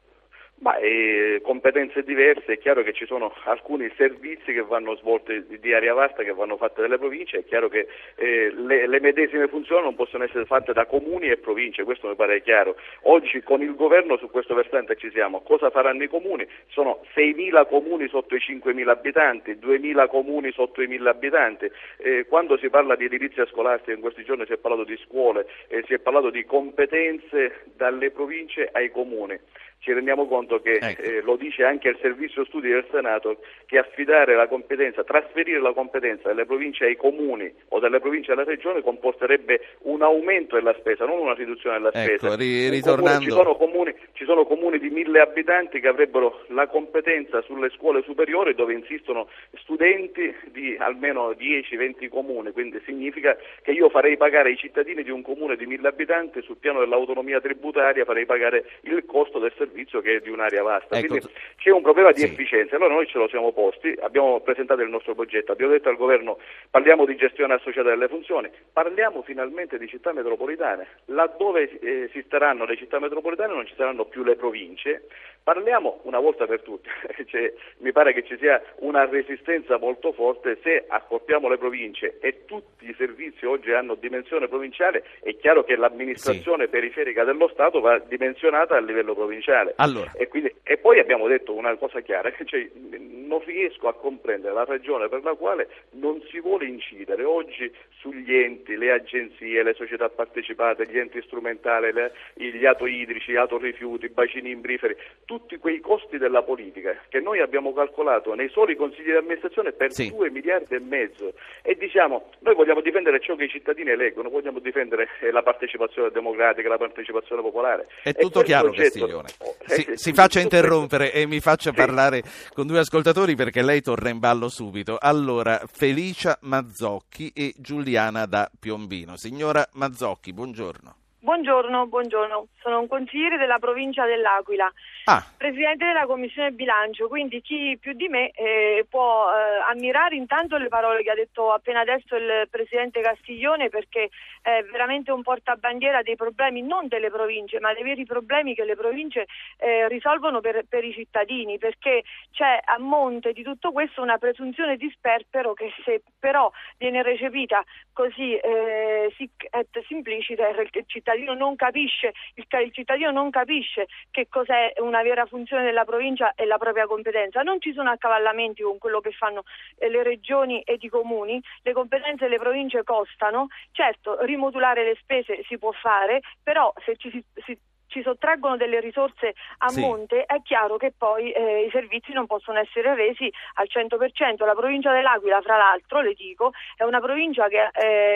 Ma eh, competenze diverse, è chiaro che ci sono alcuni servizi che vanno svolti di area vasta, che vanno fatte dalle province, è chiaro che eh, le, le medesime funzioni non possono essere fatte da comuni e province, questo mi pare chiaro. Oggi con il governo su questo versante ci siamo. Cosa faranno i comuni? Sono seimila comuni sotto i cinquemila abitanti, duemila comuni sotto i mille abitanti. Eh, quando si parla di edilizia scolastica, in questi giorni si è parlato di scuole, eh, si è parlato di competenze dalle province ai comuni. Ci rendiamo conto che, ecco. eh, lo dice anche il Servizio Studi del Senato, che affidare la competenza, trasferire la competenza dalle province ai comuni o dalle province alla regione comporterebbe un aumento della spesa, non una riduzione della spesa. Ecco, ri- ritornando... comune, ci, sono comuni, ci sono comuni di mille abitanti che avrebbero la competenza sulle scuole superiori dove insistono studenti di almeno dieci venti comuni, quindi significa che io farei pagare ai cittadini di un comune di mille abitanti sul piano dell'autonomia tributaria, farei pagare il costo del servizio che è di un'area vasta. Ecco. Quindi c'è un problema di sì. efficienza. Allora noi ce lo siamo posti, abbiamo presentato il nostro progetto, abbiamo detto al governo parliamo di gestione associata delle funzioni, parliamo finalmente di città metropolitane, laddove eh, esisteranno le città metropolitane non ci saranno più le province, parliamo una volta per tutte. Cioè, mi pare che ci sia una resistenza molto forte se accorpiamo le province e tutti i servizi oggi hanno dimensione provinciale, è chiaro che l'amministrazione sì. periferica dello Stato va dimensionata a livello provinciale. Allora. E, quindi, e poi abbiamo detto una cosa chiara, cioè, non riesco a comprendere la ragione per la quale non si vuole incidere oggi sugli enti, le agenzie, le società partecipate, gli enti strumentali, le, gli atoidrici, gli atorifiuti, i bacini imbriferi, tutti quei costi della politica che noi abbiamo calcolato nei soli consigli di amministrazione per sì. due miliardi e mezzo e diciamo noi vogliamo difendere ciò che i cittadini eleggono, vogliamo difendere la partecipazione democratica, la partecipazione popolare. È tutto chiaro, progetto... Castiglione. Si, eh, si faccia interrompere e mi faccia sì. parlare con due ascoltatori perché lei torna in ballo subito. Allora, Felicia Mazzocchi e Giuliana da Piombino. Signora Mazzocchi, buongiorno. Buongiorno, buongiorno. Sono un consigliere della provincia dell'Aquila, ah. presidente della commissione bilancio, quindi chi più di me eh, può eh, ammirare intanto le parole che ha detto appena adesso il presidente Castiglione, perché è veramente un portabandiera dei problemi non delle province, ma dei veri problemi che le province eh, risolvono per, per i cittadini, perché c'è a monte di tutto questo una presunzione di sperpero che se però viene recepita così eh, sic et simpliciter, il cittadino non capisce, il, il cittadino non capisce che cos'è una vera funzione della provincia e la propria competenza. Non ci sono accavallamenti con quello che fanno eh, le regioni ed i comuni, le competenze delle province costano, certo rimodulare le spese si può fare, però se ci si, si ci sottraggono delle risorse a sì. monte, è chiaro che poi eh, i servizi non possono essere resi al cento per cento. La provincia dell'Aquila, fra l'altro, le dico, è una provincia che eh,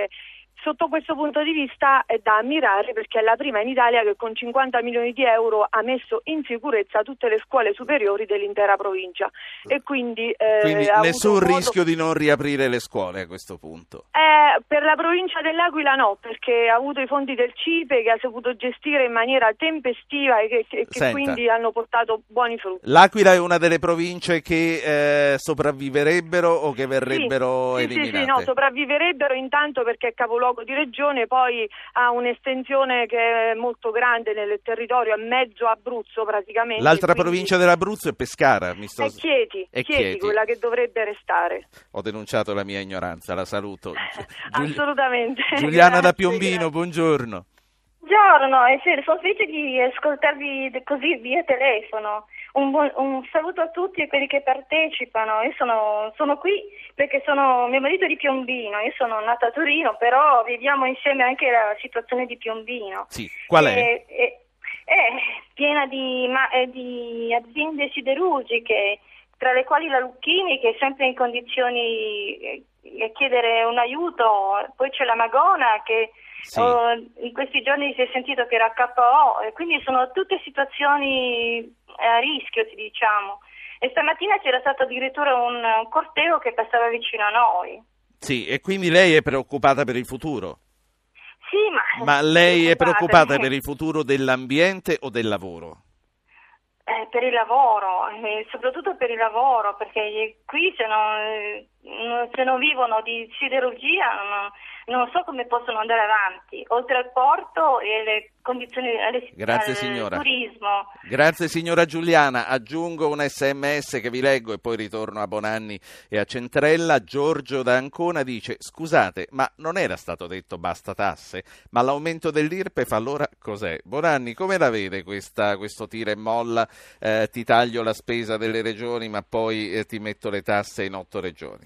sotto questo punto di vista è da ammirare, perché è la prima in Italia che con cinquanta milioni di euro ha messo in sicurezza tutte le scuole superiori dell'intera provincia e quindi, eh, quindi ha nessun avuto rischio modo... di non riaprire le scuole a questo punto? Eh, per la provincia dell'Aquila no, perché ha avuto i fondi del C I P E che ha saputo gestire in maniera tempestiva e che, che, che quindi hanno portato buoni frutti. L'Aquila è una delle province che eh, sopravviverebbero o che verrebbero sì, eliminate? Sì, sì, no, sopravviverebbero intanto perché è capoluogo di regione, poi ha un'estensione che è molto grande nel territorio, a mezzo Abruzzo praticamente. L'altra quindi... provincia dell'Abruzzo è Pescara, mi sto... è Chieti, è Chieti, Chieti, quella che dovrebbe restare. Ho denunciato la mia ignoranza, la saluto. Giul... Assolutamente. Giuliana Grazie, da Piombino, grazie. buongiorno. Buongiorno, eh, sì, sono felice di ascoltarvi così via telefono. Un, buon, un saluto a tutti e quelli che partecipano. Io sono, sono qui perché sono mio marito è di Piombino, io sono nata a Torino, però viviamo insieme anche la situazione di Piombino. Sì, qual è? È, è, è piena di, ma, è di aziende siderurgiche, tra le quali la Lucchini, che è sempre in condizioni eh, a chiedere un aiuto, poi c'è la Magona che sì. oh, in questi giorni si è sentito che era K O, e quindi sono tutte situazioni a rischio, diciamo. E stamattina c'era stato addirittura un corteo che passava vicino a noi. Sì, e quindi lei è preoccupata per il futuro? Sì, ma... Ma lei è preoccupata per il futuro dell'ambiente o del lavoro? Eh, per il lavoro, eh, soprattutto per il lavoro, perché qui se non, se non vivono di siderurgia non, non so come possono andare avanti, oltre al porto e le condizioni alle, Grazie, al signora. turismo. Grazie signora Giuliana, aggiungo un sms che vi leggo e poi ritorno a Bonanni e a Centrella. Giorgio da Ancona dice: scusate, ma non era stato detto basta tasse? Ma l'aumento dell'I R P E F allora cos'è? Bonanni, come la vede questa, questo tira e molla, eh, ti taglio la spesa delle regioni ma poi eh, ti metto le tasse in otto regioni?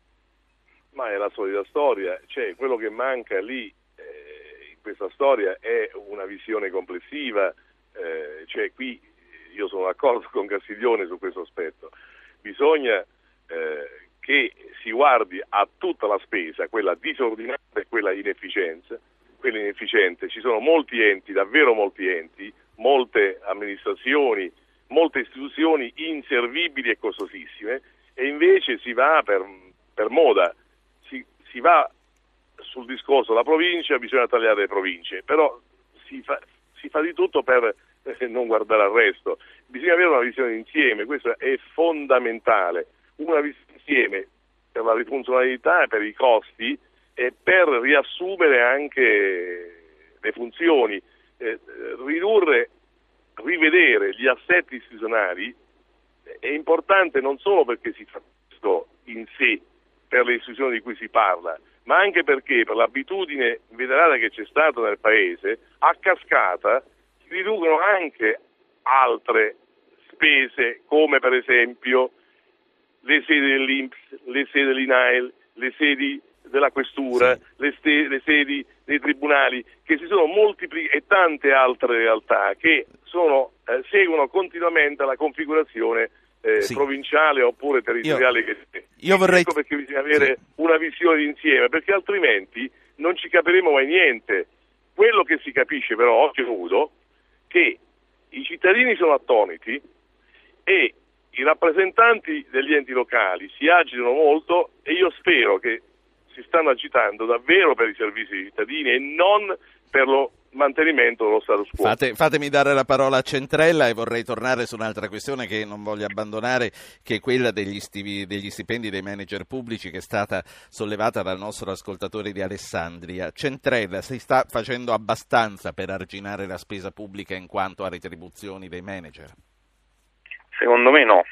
Ma è la solita storia, cioè quello che manca lì eh, in questa storia è una visione complessiva, eh, cioè qui io sono d'accordo con Castiglione su questo aspetto, bisogna eh, che si guardi a tutta la spesa, quella disordinata e quella inefficienza, quella inefficiente, ci sono molti enti, davvero molti enti, molte amministrazioni, molte istituzioni inservibili e costosissime e invece si va per, per moda. Si va sul discorso la provincia, bisogna tagliare le province, però si fa, si fa di tutto per eh, non guardare al resto. Bisogna avere una visione d'insieme, questo è fondamentale, una visione insieme per la rifunzionalità e per i costi e per riassumere anche le funzioni, eh, ridurre, rivedere gli assetti istituzionali è importante non solo perché si fa questo in sé, per le istituzioni di cui si parla, ma anche perché per l'abitudine venerata che c'è stata nel Paese, a cascata si riducono anche altre spese, come per esempio le sedi dell'I N P S, le sedi dell'I N A I L, le sedi della Questura, sì. le, ste- le sedi dei tribunali, che si sono moltiplicate e tante altre realtà che sono, eh, seguono continuamente la configurazione Eh, sì. provinciale oppure territoriale io, che io vorrei... ecco perché bisogna avere sì. una visione d'insieme, perché altrimenti non ci capiremo mai niente. Quello che si capisce però a occhio nudo che i cittadini sono attoniti e i rappresentanti degli enti locali si agitano molto e io spero che si stanno agitando davvero per i servizi ai cittadini e non per lo mantenimento dello status quo. Fate, fatemi dare la parola a Centrella e vorrei tornare su un'altra questione che non voglio abbandonare, che è quella degli, stivi, degli stipendi dei manager pubblici, che è stata sollevata dal nostro ascoltatore di Alessandria. Centrella, si sta facendo abbastanza per arginare la spesa pubblica in quanto a retribuzioni dei manager? Secondo me no.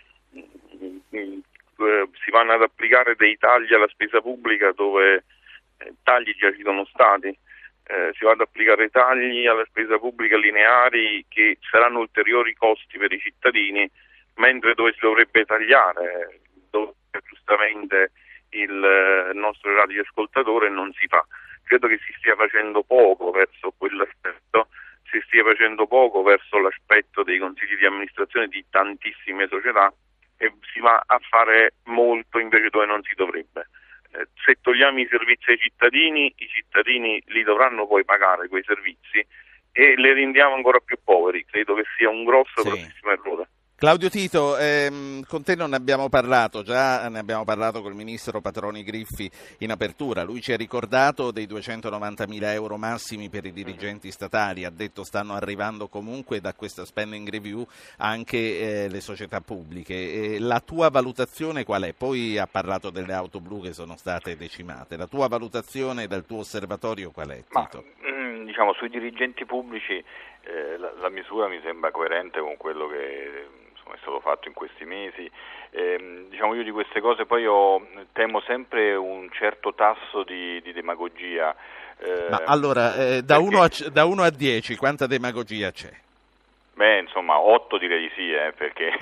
Si vanno ad applicare dei tagli alla spesa pubblica dove tagli già ci sono stati. Eh, si vanno ad applicare tagli alla spesa pubblica lineari che saranno ulteriori costi per i cittadini, mentre dove si dovrebbe tagliare, dove giustamente il nostro radioascoltatore non si fa. Credo che si stia facendo poco verso quell'aspetto, si stia facendo poco verso l'aspetto dei consigli di amministrazione di tantissime società e si va a fare molto invece dove non si dovrebbe. Eh, se togliamo i servizi ai cittadini, i cittadini li dovranno poi pagare quei servizi e li rendiamo ancora più poveri. Credo che sia un grosso, sì. grossissimo errore. Claudio Tito, ehm, con te non ne abbiamo parlato, già ne abbiamo parlato col ministro Patroni Griffi in apertura. Lui ci ha ricordato dei duecentonovantamila euro massimi per i dirigenti statali, ha detto stanno arrivando comunque da questa spending review anche eh, le società pubbliche. E la tua valutazione qual è? Poi ha parlato delle auto blu che sono state decimate, la tua valutazione dal tuo osservatorio qual è, Tito? Ma, mh, diciamo, sui dirigenti pubblici eh, la, la misura mi sembra coerente con quello che è stato fatto in questi mesi. Eh, diciamo io di queste cose poi ho, temo sempre un certo tasso di, di demagogia. Eh, Ma allora, eh, da uno a dieci quanta demagogia c'è? Beh, insomma, otto direi di sì, eh, perché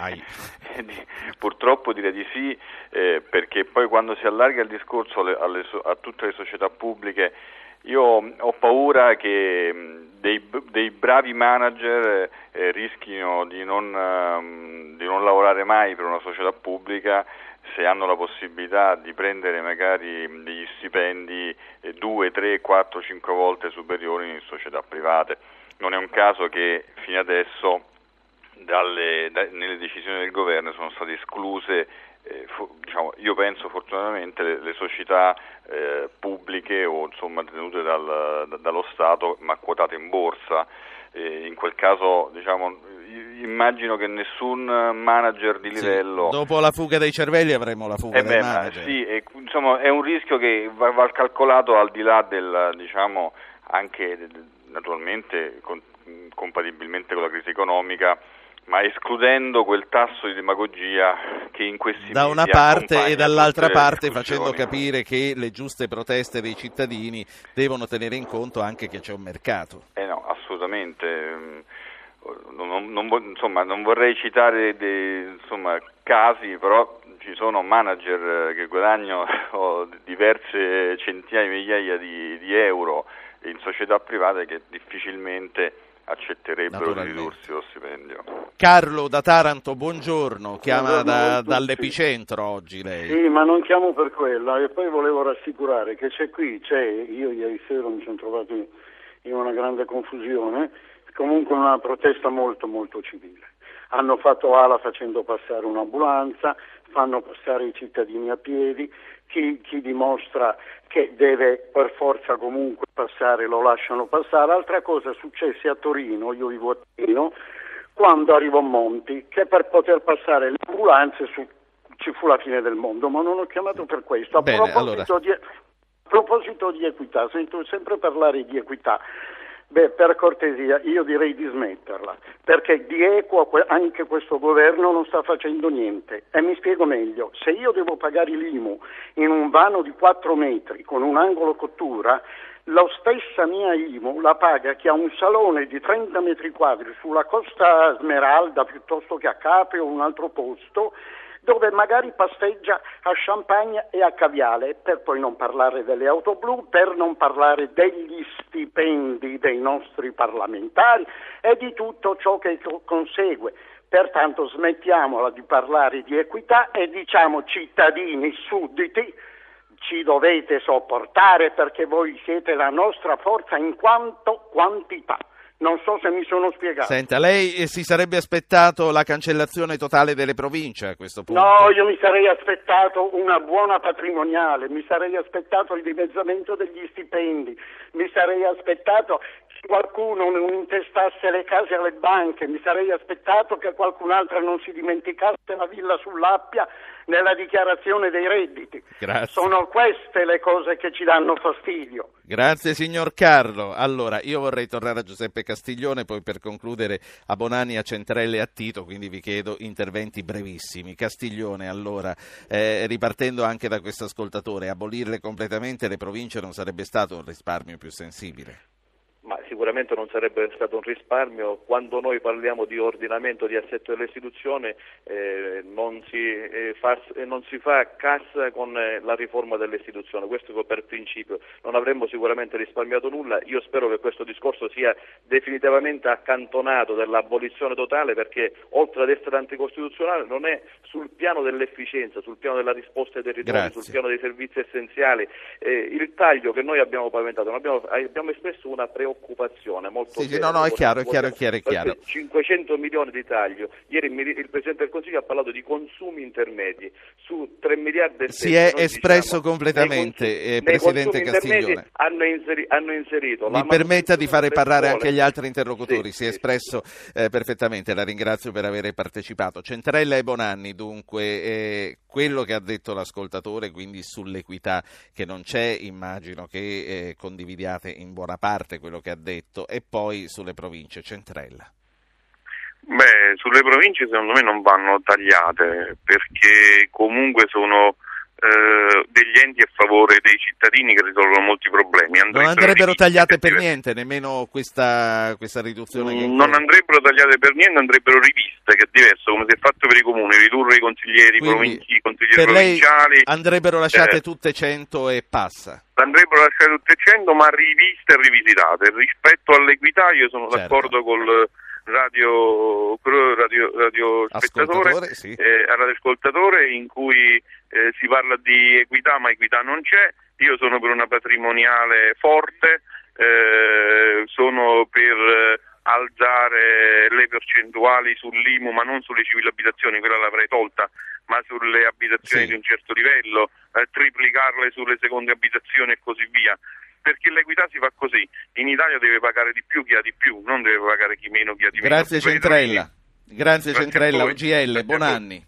purtroppo direi di sì, eh, perché poi quando si allarga il discorso alle, alle, a tutte le società pubbliche, io ho paura che dei, dei bravi manager eh, rischino di non, um, di non lavorare mai per una società pubblica se hanno la possibilità di prendere magari degli stipendi eh, due, tre, quattro, cinque volte superiori in società private. Non è un caso che fino adesso dalle, da, nelle decisioni del governo sono state escluse Eh, fu, diciamo, io penso fortunatamente le, le società eh, pubbliche o insomma tenute dal, da, dallo Stato ma quotate in borsa. Eh, in quel caso diciamo immagino che nessun manager di livello sì, dopo la fuga dei cervelli avremo la fuga eh dei beh, manager. Sì, e, insomma è un rischio che va, va calcolato al di là del diciamo anche naturalmente con, compatibilmente con la crisi economica, ma escludendo quel tasso di demagogia che in questi da mesi una parte e dall'altra parte discussioni. Facendo capire che le giuste proteste dei cittadini devono tenere in conto anche che c'è un mercato. Eh no, assolutamente. Non, non, insomma, non vorrei citare dei insomma, casi, però ci sono manager che guadagnano diverse centinaia di migliaia di, di euro in società private che difficilmente accetterebbero di ridursi lo stipendio. Carlo da Taranto, buongiorno, chiama da, buongiorno dall'epicentro oggi lei. Sì, ma non chiamo per quella e poi volevo rassicurare che c'è qui, c'è, io ieri sera mi sono trovato in, in una grande confusione, comunque una protesta molto molto civile. Hanno fatto ala facendo passare un'ambulanza, fanno passare i cittadini a piedi, chi, chi dimostra che deve per forza comunque passare lo lasciano passare. Altra cosa successe a Torino, io vivo a Torino, quando arrivò Monti, che per poter passare le ambulanze su, ci fu la fine del mondo, ma non ho chiamato per questo. A, Bene, proposito, allora. di, a proposito di equità, sento sempre parlare di equità. Beh, per cortesia, io direi di smetterla, perché di equo anche questo governo non sta facendo niente. E mi spiego meglio, se io devo pagare l'I M U in un vano di quattro metri con un angolo cottura, la stessa mia I M U la paga chi ha un salone di trenta metri quadri sulla Costa Smeralda piuttosto che a Capri o un altro posto, dove magari pasteggia a Champagne e a Caviale, per poi non parlare delle auto blu, per non parlare degli stipendi dei nostri parlamentari e di tutto ciò che consegue. Pertanto smettiamola di parlare di equità e diciamo cittadini sudditi, ci dovete sopportare perché voi siete la nostra forza in quanto quantità. Non so se mi sono spiegato. Senta, lei si sarebbe aspettato la cancellazione totale delle province a questo punto? No, io mi sarei aspettato una buona patrimoniale, mi sarei aspettato il dimezzamento degli stipendi, mi sarei aspettato che qualcuno non intestasse le case alle banche, mi sarei aspettato che qualcun altro non si dimenticasse la villa sull'Appia nella dichiarazione dei redditi. Grazie. Sono queste le cose che ci danno fastidio. Grazie signor Carlo. Allora, io vorrei tornare a Giuseppe Castiglione, poi per concludere a Bonanni, a Centrelle e a Tito, quindi vi chiedo interventi brevissimi. Castiglione, allora, eh, ripartendo anche da questo ascoltatore, abolirle completamente le province non sarebbe stato un risparmio più sensibile? Ma sicuramente non sarebbe stato un risparmio. Quando noi parliamo di ordinamento di assetto delle istituzioni eh, non, si, eh, fa, eh, non si fa cassa con eh, la riforma delle istituzioni, questo per principio. Non avremmo sicuramente risparmiato nulla. Io spero che questo discorso sia definitivamente accantonato dell'abolizione totale, perché oltre ad essere anticostituzionale non è sul piano dell'efficienza, sul piano della risposta ai territori, Grazie. sul piano dei servizi essenziali. Eh, il taglio che noi abbiamo paventato, abbiamo, abbiamo espresso una preoccupazione molto Sì, sì, seria. no, no, è chiaro, è chiaro, è chiaro, è chiaro. cinquecento milioni di taglio. Ieri il Presidente del Consiglio ha parlato di consumi intermedi su tre miliardi e si è noi espresso diciamo, completamente, nei eh, nei Presidente Castiglione. Hanno, inseri, hanno inserito Mi permetta di fare parlare scuole. anche gli altri interlocutori, Sì, si è espresso eh, perfettamente, la ringrazio per aver partecipato. Centrella e Bonanni, dunque, eh, quello che ha detto l'ascoltatore, quindi sull'equità che non c'è, immagino che eh, condividiate in buona parte quello che ha detto, e poi sulle province. Centrella. Beh, sulle province secondo me non vanno tagliate, perché comunque sono eh, degli enti a favore dei cittadini che risolvono molti problemi. Non andrebbero tagliate per niente, nemmeno questa, questa riduzione? Che non andrebbero tagliate per niente, andrebbero riviste, che è diverso, come si è fatto per i comuni, ridurre i consiglieri, provinci, i consiglieri per lei provinciali. Andrebbero lasciate eh, tutte cento e passa? Andrebbero lasciate tutte cento, ma riviste e rivisitate. Rispetto all'equità io sono certo. d'accordo col radio, radio, radio spettatore, sì. eh, radioascoltatore, in cui eh, si parla di equità, ma equità non c'è. Io sono per una patrimoniale forte, eh, sono per eh, alzare le percentuali sull'I M U, ma non sulle civili abitazioni, quella l'avrei tolta, ma sulle abitazioni sì. di un certo livello, eh, triplicarle sulle seconde abitazioni e così via. Perché l'equità si fa così: in Italia deve pagare di più chi ha di più, non deve pagare chi meno chi ha di meno. Grazie Centrella, grazie, grazie Centrella. O G L, Bonanni.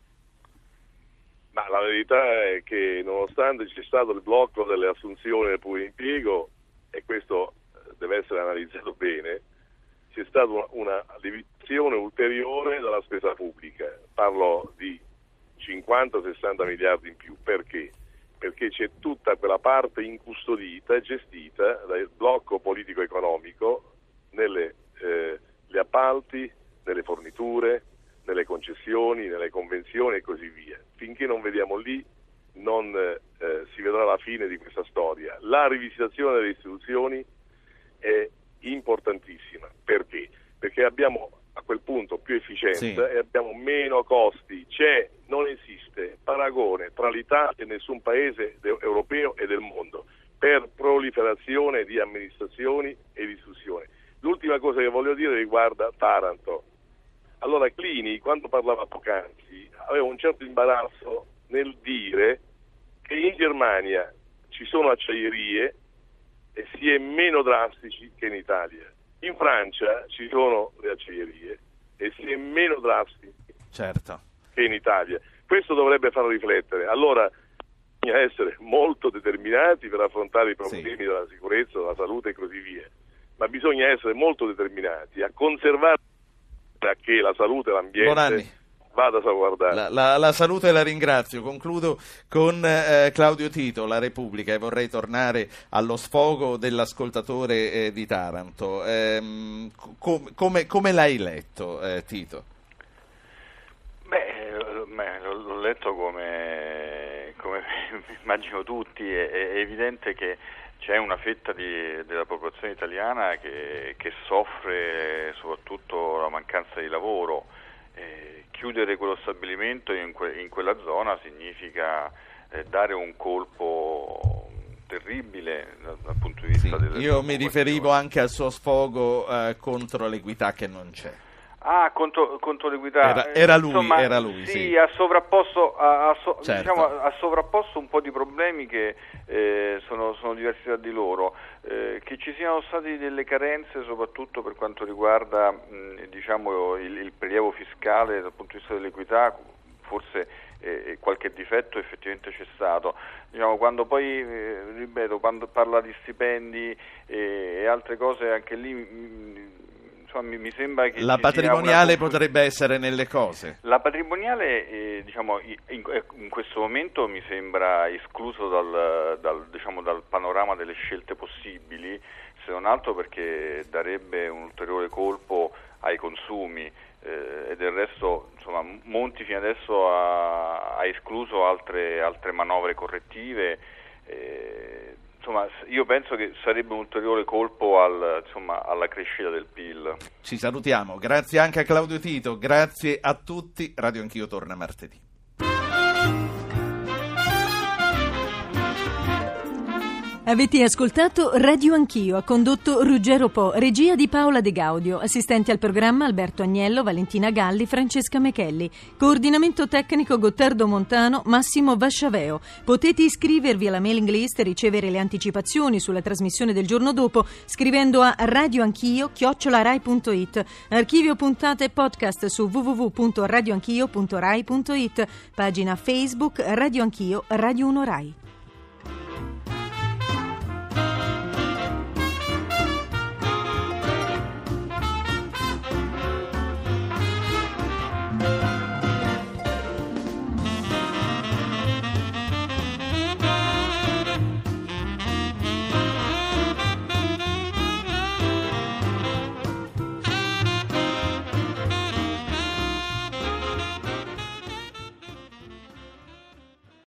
Ma la verità è che nonostante ci sia stato il blocco delle assunzioni del pubblico impiego, e questo deve essere analizzato bene, c'è stata una, una lievitazione ulteriore della spesa pubblica. Parlo di cinquanta sessanta miliardi in più. Perché? Perché c'è tutta quella parte incustodita e gestita dal blocco politico-economico nelle eh, gli appalti, nelle forniture, nelle concessioni, nelle convenzioni e così via. Finché non vediamo lì non eh, si vedrà la fine di questa storia. La rivisitazione delle istituzioni è importantissima. Perché? Perché abbiamo a quel punto più efficienza sì. e abbiamo meno costi. C'è, non esiste paragone tra l'Italia e nessun paese de- europeo e del mondo per proliferazione di amministrazioni e di istituzioni. L'ultima cosa che voglio dire riguarda Taranto. Allora Clini, quando parlava poc'anzi, aveva un certo imbarazzo nel dire che in Germania ci sono acciaierie e si è meno drastici che in Italia. In Francia ci sono le acciaierie e si è meno drastici certo. che in Italia. Questo dovrebbe far riflettere. Allora bisogna essere molto determinati per affrontare i problemi sì. della sicurezza, della salute e così via, ma bisogna essere molto determinati a conservare che la salute e l'ambiente Bonanni. Vada a salvaguardare. La, la, la salute la ringrazio. Concludo con eh, Claudio Tito, La Repubblica, e vorrei tornare allo sfogo dell'ascoltatore eh, di Taranto. Ehm, com, come, come l'hai letto, eh, Tito? Beh, l'ho letto come, come immagino tutti. È, è evidente che c'è una fetta di, della popolazione italiana che, che soffre soprattutto la mancanza di lavoro. Eh, chiudere quello stabilimento in, que, in quella zona significa eh, dare un colpo terribile dal, dal punto di vista sì, delle io mi riferivo anche al suo sfogo eh, contro l'equità che non c'è. Ah, contro, contro l'equità. Era, era lui, Insomma, era lui, sì. sì. Ha sovrapposto, ha, ha, so, certo. diciamo, ha sovrapposto un po' di problemi che eh, sono, sono diversi tra di loro. Eh, che ci siano state delle carenze, soprattutto per quanto riguarda mh, diciamo, il, il prelievo fiscale dal punto di vista dell'equità, forse eh, qualche difetto effettivamente c'è stato. Diciamo, quando poi, eh, ripeto, quando parla di stipendi eh, e altre cose, anche lì... Mh, Mi, mi sembra che la patrimoniale una... potrebbe essere nelle cose. La patrimoniale eh, diciamo in, in questo momento mi sembra escluso dal, dal, diciamo, dal panorama panorama delle scelte possibili, se non altro perché darebbe un ulteriore colpo ai consumi. Eh, e del resto, insomma, Monti fino adesso ha, ha escluso altre, altre manovre correttive. Eh, insomma, io penso che sarebbe un ulteriore colpo al, insomma, alla crescita del P I L. Ci salutiamo, grazie anche a Claudio Tito, grazie a tutti. Radio Anch'io torna martedì. Avete ascoltato Radio Anch'io, ha condotto Ruggero Po, regia di Paola De Gaudio, assistenti al programma Alberto Agnello, Valentina Galli, Francesca Mechelli, coordinamento tecnico Gottardo Montano, Massimo Vasciaveo. Potete iscrivervi alla mailing list e ricevere le anticipazioni sulla trasmissione del giorno dopo scrivendo a radioanchio chiocciola rai punto it. Archivio puntate e podcast su w w w punto radioanchio punto rai punto it. Pagina Facebook Radio Anch'io, Radio uno Rai.